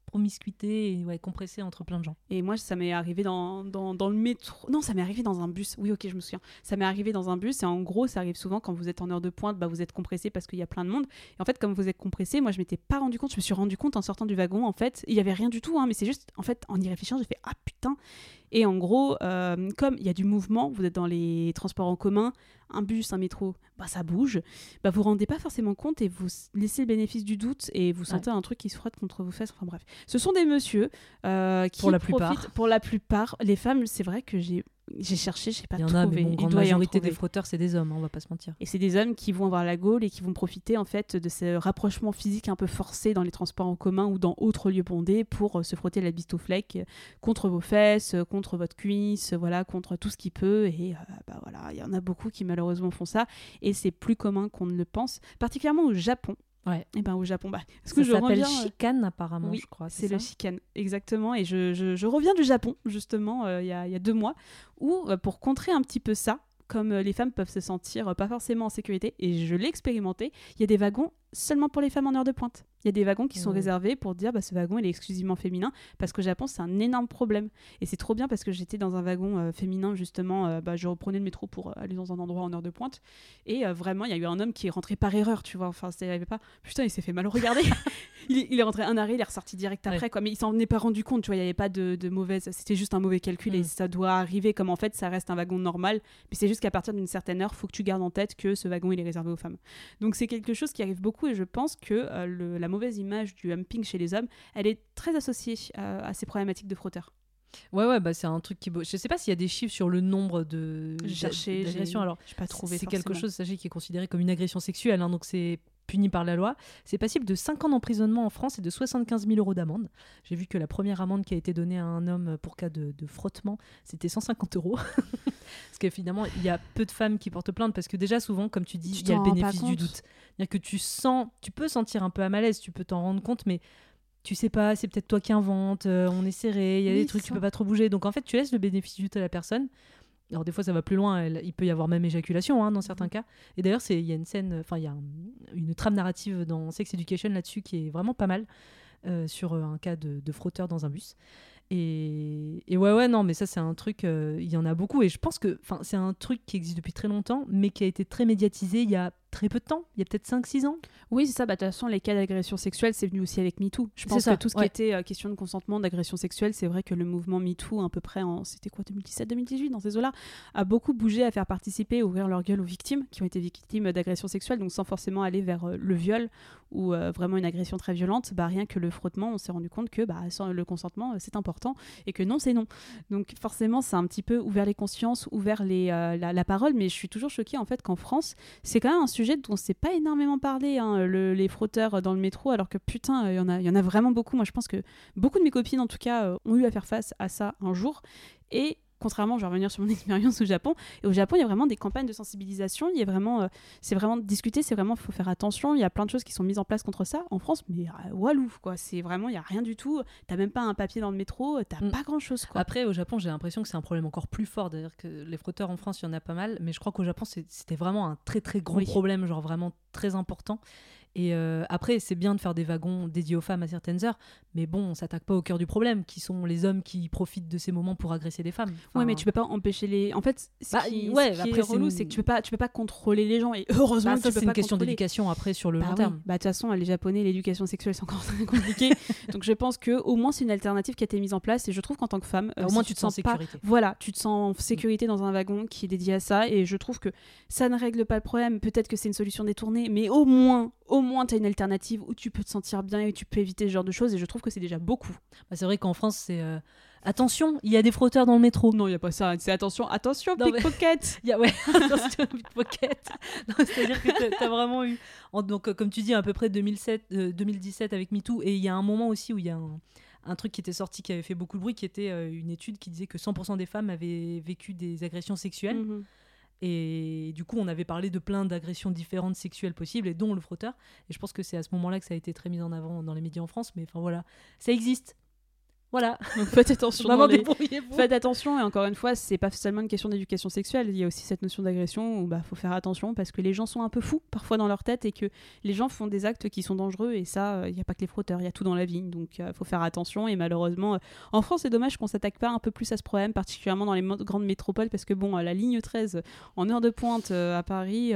promiscuité et compressée entre plein de gens. Et moi, ça m'est arrivé dans le métro. Non, ça m'est arrivé dans un bus. Oui, ok, je me souviens. Ça m'est arrivé dans un bus. Et en gros, ça arrive souvent quand vous êtes en heure de pointe, vous êtes compressé parce qu'il y a plein de monde. Et en fait, comme vous êtes compressé, moi, je m'étais pas rendu compte. Je me suis rendu compte en sortant du wagon. En fait, il y avait rien du tout. Mais c'est juste, en fait, en y réfléchissant, j'ai fait ah putain. Et en gros, comme il y a du mouvement, vous êtes dans les transports en commun, un bus, un métro, ça bouge, vous vous rendez pas forcément compte et vous laissez le bénéfice du doute et vous sentez un truc qui se frotte contre vos fesses. Enfin bref, ce sont des messieurs qui pour la plupart. Pour la plupart, les femmes, c'est vrai que j'ai cherché, j'ai pas trouvé. Il y en a, mais grande majorité des frotteurs, c'est des hommes, on va pas se mentir. Et c'est des hommes qui vont avoir la gaule et qui vont profiter en fait de ce rapprochement physique un peu forcé dans les transports en commun ou dans autres lieux bondés pour se frotter la bistouflette contre vos fesses, contre votre cuisse, contre tout ce qui peut. Et il y en a beaucoup qui malheureusement font ça et c'est plus commun qu'on ne le pense, particulièrement au Japon. Ouais. Et au Japon, ça s'appelle chicane apparemment, oui, je crois. C'est le chicane, exactement. Et je reviens du Japon, justement, il y a 2 mois, où pour contrer un petit peu ça, comme les femmes peuvent se sentir pas forcément en sécurité, et je l'ai expérimenté, il y a des wagons seulement pour les femmes en heure de pointe. Il y a des wagons qui sont réservés pour dire ce wagon il est exclusivement féminin, parce qu'au Japon c'est un énorme problème. Et c'est trop bien parce que j'étais dans un wagon féminin justement, je reprenais le métro pour aller dans un endroit en heure de pointe, et vraiment il y a eu un homme qui est rentré par erreur, tu vois, enfin il avait pas, putain il s'est fait mal regarder. il est rentré un arrêt, il est ressorti direct après quoi, mais il s'en est pas rendu compte, tu vois, il y avait pas de mauvaise, c'était juste un mauvais calcul et ça doit arriver comme en fait ça reste un wagon normal, mais c'est juste qu'à partir d'une certaine heure faut que tu gardes en tête que ce wagon il est réservé aux femmes. Donc c'est quelque chose qui arrive beaucoup et je pense que la mauvaise image du humping chez les hommes, elle est très associée à ces problématiques de frotteurs. Ouais, c'est un truc qui... Je sais pas s'il y a des chiffres sur le nombre d'agressions. Alors, je n'ai pas trouvé. C'est quelque chose, sachez, qui est considéré comme une agression sexuelle, donc c'est puni par la loi. C'est passible de 5 ans d'emprisonnement en France et de 75 000 € d'amende. J'ai vu que la première amende qui a été donnée à un homme pour cas de frottement, c'était 150 €. Parce que finalement, il y a peu de femmes qui portent plainte parce que déjà, souvent, comme tu dis, il y a le bénéfice du doute. C'est-à-dire que tu peux sentir un peu à malaise, tu peux t'en rendre compte, mais tu sais pas, c'est peut-être toi qui inventes, on est serré, il y a des trucs, tu peux pas trop bouger. Donc en fait, tu laisses le bénéfice du doute à la personne. Alors des fois ça va plus loin, il peut y avoir même éjaculation dans certains cas. Et d'ailleurs il y a une scène, il y a une trame narrative dans Sex Education là-dessus qui est vraiment pas mal, sur un cas de frotteur dans un bus. Et non, mais ça c'est un truc, il y en a beaucoup et je pense que c'est un truc qui existe depuis très longtemps mais qui a été très médiatisé il y a très peu de temps, il y a peut-être 5-6 ans. Oui, c'est ça. De toute façon, les cas d'agression sexuelle, c'est venu aussi avec MeToo. Je pense que tout ce qui était question de consentement, d'agression sexuelle, c'est vrai que le mouvement MeToo, à peu près c'était quoi, 2017-2018, dans ces eaux-là, a beaucoup bougé à faire participer, ouvrir leur gueule aux victimes qui ont été victimes d'agression sexuelle, donc sans forcément aller vers le viol ou vraiment une agression très violente. Rien que le frottement, on s'est rendu compte que sans le consentement, c'est important et que non, c'est non. Donc forcément, ça a un petit peu ouvert les consciences, ouvert la parole, mais je suis toujours choquée en fait qu'en France, c'est quand même un sujet dont on ne s'est pas énormément parlé, les frotteurs dans le métro, alors que putain, il y en a vraiment beaucoup. Moi, je pense que beaucoup de mes copines, en tout cas, ont eu à faire face à ça un jour. Et contrairement, je vais revenir sur mon expérience au Japon. Et au Japon, il y a vraiment des campagnes de sensibilisation. Il y a vraiment, c'est vraiment discuté, faut faire attention. Il y a plein de choses qui sont mises en place contre ça. En France, mais walou, quoi. C'est vraiment, il y a rien du tout. T'as même pas un papier dans le métro. T'as pas grand chose, quoi. Après, au Japon, j'ai l'impression que c'est un problème encore plus fort. D'ailleurs, que les frotteurs en France, il y en a pas mal. Mais je crois qu'au Japon, c'était vraiment un très très gros problème, genre vraiment très important. Et après, c'est bien de faire des wagons dédiés aux femmes à certaines heures, mais bon, on s'attaque pas au cœur du problème, qui sont les hommes qui profitent de ces moments pour agresser les femmes. Ouais, mais tu peux pas empêcher les. En fait, ce qui est relou, c'est que tu peux pas contrôler les gens. Et heureusement, que tu peux pas c'est une question d'éducation après sur le long terme. De toute façon, les Japonais, l'éducation sexuelle, c'est encore très compliqué. Donc je pense que au moins c'est une alternative qui a été mise en place. Et je trouve qu'en tant que femme, au moins tu te sens en sécurité. Voilà, tu te sens en sécurité dans un wagon qui est dédié à ça. Et je trouve que ça ne règle pas le problème. Peut-être que c'est une solution détournée, mais au moins t'as une alternative où tu peux te sentir bien et tu peux éviter ce genre de choses, et je trouve que c'est déjà beaucoup. C'est vrai qu'en France, c'est attention, il y a des frotteurs dans le métro. Non, il n'y a pas ça, c'est attention, pickpocket. Attention, pickpocket. C'est-à-dire que t'as vraiment eu, donc comme tu dis, à peu près 2017 avec MeToo, et il y a un moment aussi où il y a un truc qui était sorti qui avait fait beaucoup de bruit, qui était une étude qui disait que 100% des femmes avaient vécu des agressions sexuelles. Et du coup, on avait parlé de plein d'agressions différentes sexuelles possibles, et dont le frotteur. Et je pense que c'est à ce moment-là que ça a été très mis en avant dans les médias en France. Mais enfin voilà, ça existe. Voilà. Donc faites attention. Maman, débrouillez-vous. Faites attention, et encore une fois, c'est pas seulement une question d'éducation sexuelle, il y a aussi cette notion d'agression où faut faire attention parce que les gens sont un peu fous parfois dans leur tête et que les gens font des actes qui sont dangereux, et ça, il n'y a pas que les frotteurs, il y a tout dans la vie, donc faut faire attention. Et malheureusement, en France, c'est dommage qu'on s'attaque pas un peu plus à ce problème, particulièrement dans les grandes métropoles, parce que la ligne 13 en heure de pointe à Paris...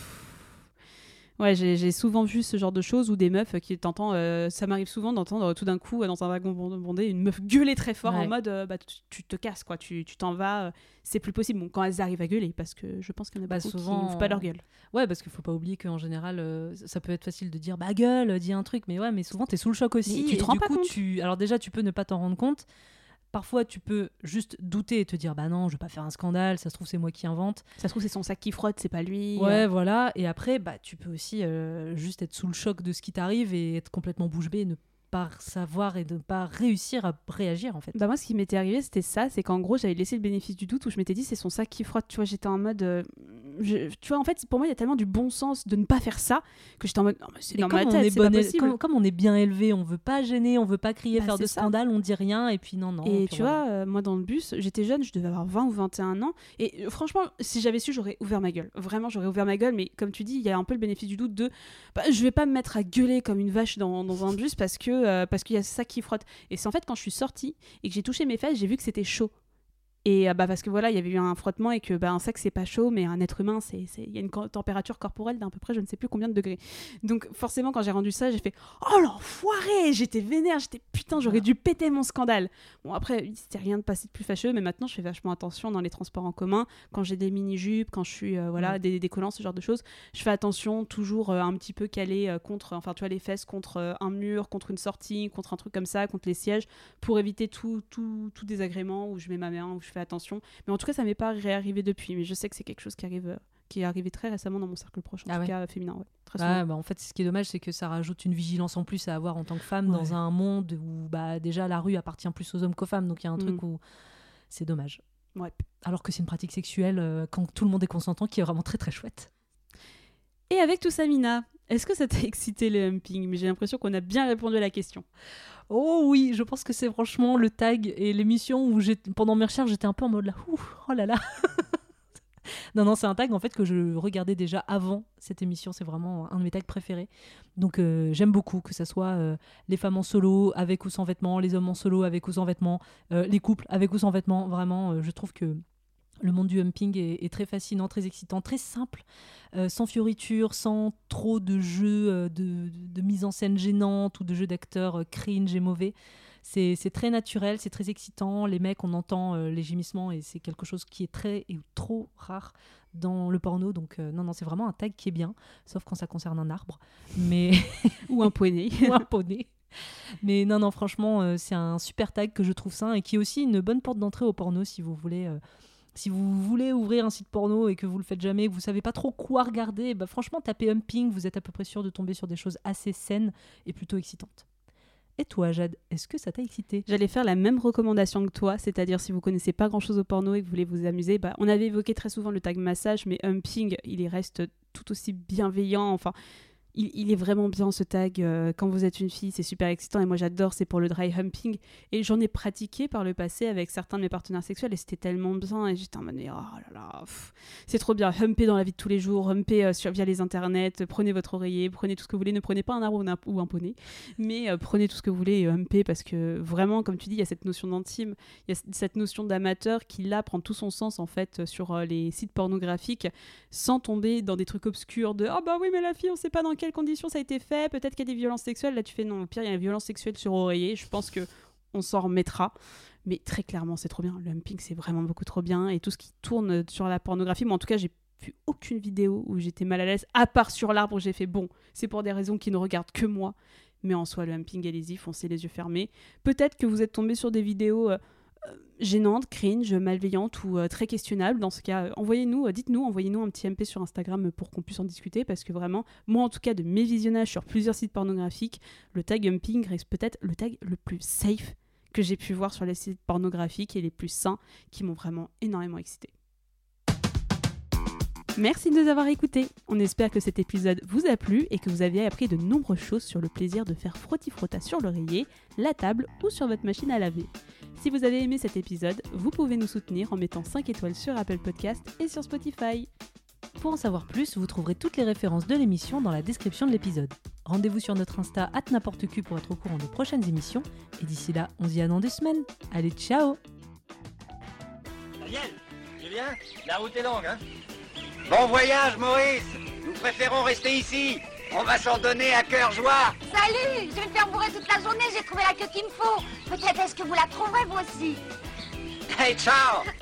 Ouais, j'ai souvent vu ce genre de choses où des meufs qui t'entendent, ça m'arrive souvent d'entendre tout d'un coup dans un wagon bondé une meuf gueuler très fort en mode tu te casses quoi, tu t'en vas, c'est plus possible. Bon, quand elles arrivent à gueuler, parce que je pense qu'il y en a beaucoup souvent, qui n'ouvrent pas leur gueule. Ouais, parce qu'il faut pas oublier qu'en général, ça peut être facile de dire gueule, dis un truc, mais souvent t'es sous le choc aussi. Mais tu te rends pas compte. Alors déjà, tu peux ne pas t'en rendre compte. Parfois, tu peux juste douter et te dire non, je vais pas faire un scandale, ça se trouve, c'est moi qui invente. Ça se trouve, c'est son sac qui frotte, c'est pas lui. Ouais, voilà. Et après, tu peux aussi juste être sous le choc de ce qui t'arrive et être complètement bouche bée et ne pas savoir et ne pas réussir à réagir, en fait. Moi, ce qui m'était arrivé, c'était ça, c'est qu'en gros, j'avais laissé le bénéfice du doute où je m'étais dit, c'est son sac qui frotte. Tu vois, j'étais en mode... tu vois, en fait, pour moi, il y a tellement du bon sens de ne pas faire ça que j'étais en mode, non, mais c'est dans ma tête, c'est pas possible. Comme on est bien élevé, on veut pas gêner, on veut pas crier, faire de scandale, on dit rien, et puis non. Et tu vois, moi, dans le bus, j'étais jeune, je devais avoir 20 ou 21 ans, et franchement, si j'avais su, j'aurais ouvert ma gueule. Vraiment, j'aurais ouvert ma gueule, mais comme tu dis, il y a un peu le bénéfice du doute de, je vais pas me mettre à gueuler comme une vache dans un bus parce qu'il y a ça qui frotte. Et c'est en fait quand je suis sortie et que j'ai touché mes fesses, j'ai vu que c'était chaud. Et parce que voilà, il y avait eu un frottement et que un sexe c'est pas chaud, mais un être humain, il y a une température corporelle d'à peu près je ne sais plus combien de degrés. Donc forcément quand j'ai rendu ça, j'ai fait oh l'enfoiré, j'étais vénère, putain, j'aurais dû péter mon scandale. Bon après, c'était rien de passé de plus fâcheux, mais maintenant je fais vachement attention dans les transports en commun, quand j'ai des mini-jupes, quand je suis des collants, ce genre de choses, je fais attention toujours un petit peu calé contre, enfin tu vois, les fesses contre un mur, contre une sortie, contre un truc comme ça, contre les sièges, pour éviter tout désagrément où je mets ma main, où je fais attention. Mais en tout cas, ça m'est pas réarrivé depuis, mais je sais que c'est quelque chose qui est arrivé très récemment dans mon cercle proche, en tout cas féminin, très souvent. En fait, ce qui est dommage, c'est que ça rajoute une vigilance en plus à avoir en tant que femme dans un monde où déjà la rue appartient plus aux hommes qu'aux femmes, donc il y a un truc où c'est dommage. Ouais. Alors que c'est une pratique sexuelle quand tout le monde est consentant qui est vraiment très très chouette. Et avec tout ça, Mina, est-ce que ça t'a excité le humping ? Mais j'ai l'impression qu'on a bien répondu à la question. Oh oui, je pense que c'est franchement le tag et l'émission où pendant mes recherches, j'étais un peu en mode là, oh là là. Non, c'est un tag en fait que je regardais déjà avant cette émission, c'est vraiment un de mes tags préférés. Donc j'aime beaucoup que ça soit les femmes en solo avec ou sans vêtements, les hommes en solo avec ou sans vêtements, les couples avec ou sans vêtements. Vraiment, je trouve que le monde du humping est très fascinant, très excitant, très simple, sans fioritures, sans trop de jeux de mise en scène gênante ou de jeux d'acteurs cringe et mauvais. C'est très naturel, c'est très excitant. Les mecs, on entend les gémissements et c'est quelque chose qui est très et trop rare dans le porno. Donc non, c'est vraiment un tag qui est bien, sauf quand ça concerne un arbre. Mais... ou un poney. Ou un poney. Mais non, franchement, c'est un super tag que je trouve sain et qui est aussi une bonne porte d'entrée au porno si vous voulez... Si vous voulez ouvrir un site porno et que vous le faites jamais, que vous savez pas trop quoi regarder, franchement, tapez humping, vous êtes à peu près sûr de tomber sur des choses assez saines et plutôt excitantes. Et toi, Jade, est-ce que ça t'a excité ? J'allais faire la même recommandation que toi, c'est-à-dire si vous connaissez pas grand-chose au porno et que vous voulez vous amuser, on avait évoqué très souvent le tag massage, mais humping, il reste tout aussi bienveillant, enfin... Il est vraiment bien ce tag, quand vous êtes une fille, c'est super excitant et moi j'adore, c'est pour le dry humping et j'en ai pratiqué par le passé avec certains de mes partenaires sexuels et c'était tellement bien et j'étais en mode c'est trop bien, humper dans la vie de tous les jours, humper via les internets, prenez votre oreiller, prenez tout ce que vous voulez, ne prenez pas un arbre ou un poney, mais prenez tout ce que vous voulez et humper parce que vraiment, comme tu dis, il y a cette notion d'intime, il y a cette notion d'amateur qui là prend tout son sens en fait sur les sites pornographiques sans tomber dans des trucs obscurs de oui mais la fille on sait pas dans quelles conditions ça a été fait, peut-être qu'il y a des violences sexuelles, là tu fais non, au pire il y a une violence sexuelle sur oreiller, je pense qu'on s'en remettra, mais très clairement c'est trop bien, le humping c'est vraiment beaucoup trop bien et tout ce qui tourne sur la pornographie, moi en tout cas j'ai vu aucune vidéo où j'étais mal à l'aise, à part sur l'arbre où j'ai fait c'est pour des raisons qui ne regardent que moi, mais en soi le humping allez-y, foncez les yeux fermés, peut-être que vous êtes tombé sur des vidéos gênante, cringe, malveillante ou très questionnable. Dans ce cas, envoyez-nous un petit MP sur Instagram pour qu'on puisse en discuter parce que vraiment, moi en tout cas de mes visionnages sur plusieurs sites pornographiques, le tag humping reste peut-être le tag le plus safe que j'ai pu voir sur les sites pornographiques et les plus sains qui m'ont vraiment énormément excitée. Merci de nous avoir écoutés. On espère que cet épisode vous a plu et que vous avez appris de nombreuses choses sur le plaisir de faire frotti-frotta sur l'oreiller, la table ou sur votre machine à laver. Si vous avez aimé cet épisode, vous pouvez nous soutenir en mettant 5 étoiles sur Apple Podcast et sur Spotify. Pour en savoir plus, vous trouverez toutes les références de l'émission dans la description de l'épisode. Rendez-vous sur notre Insta @n'importecu pour être au courant de prochaines émissions. Et d'ici là, on se dit à dans 2 semaines. Allez, ciao! Daniel, Julien, la route est longue, hein? Bon voyage, Maurice! Nous préférons rester ici. On va s'en donner à cœur joie. Salut! Je vais me faire bourrer toute la journée, j'ai trouvé la queue qu'il me faut. Peut-être est-ce que vous la trouverez, vous aussi? Hey, ciao!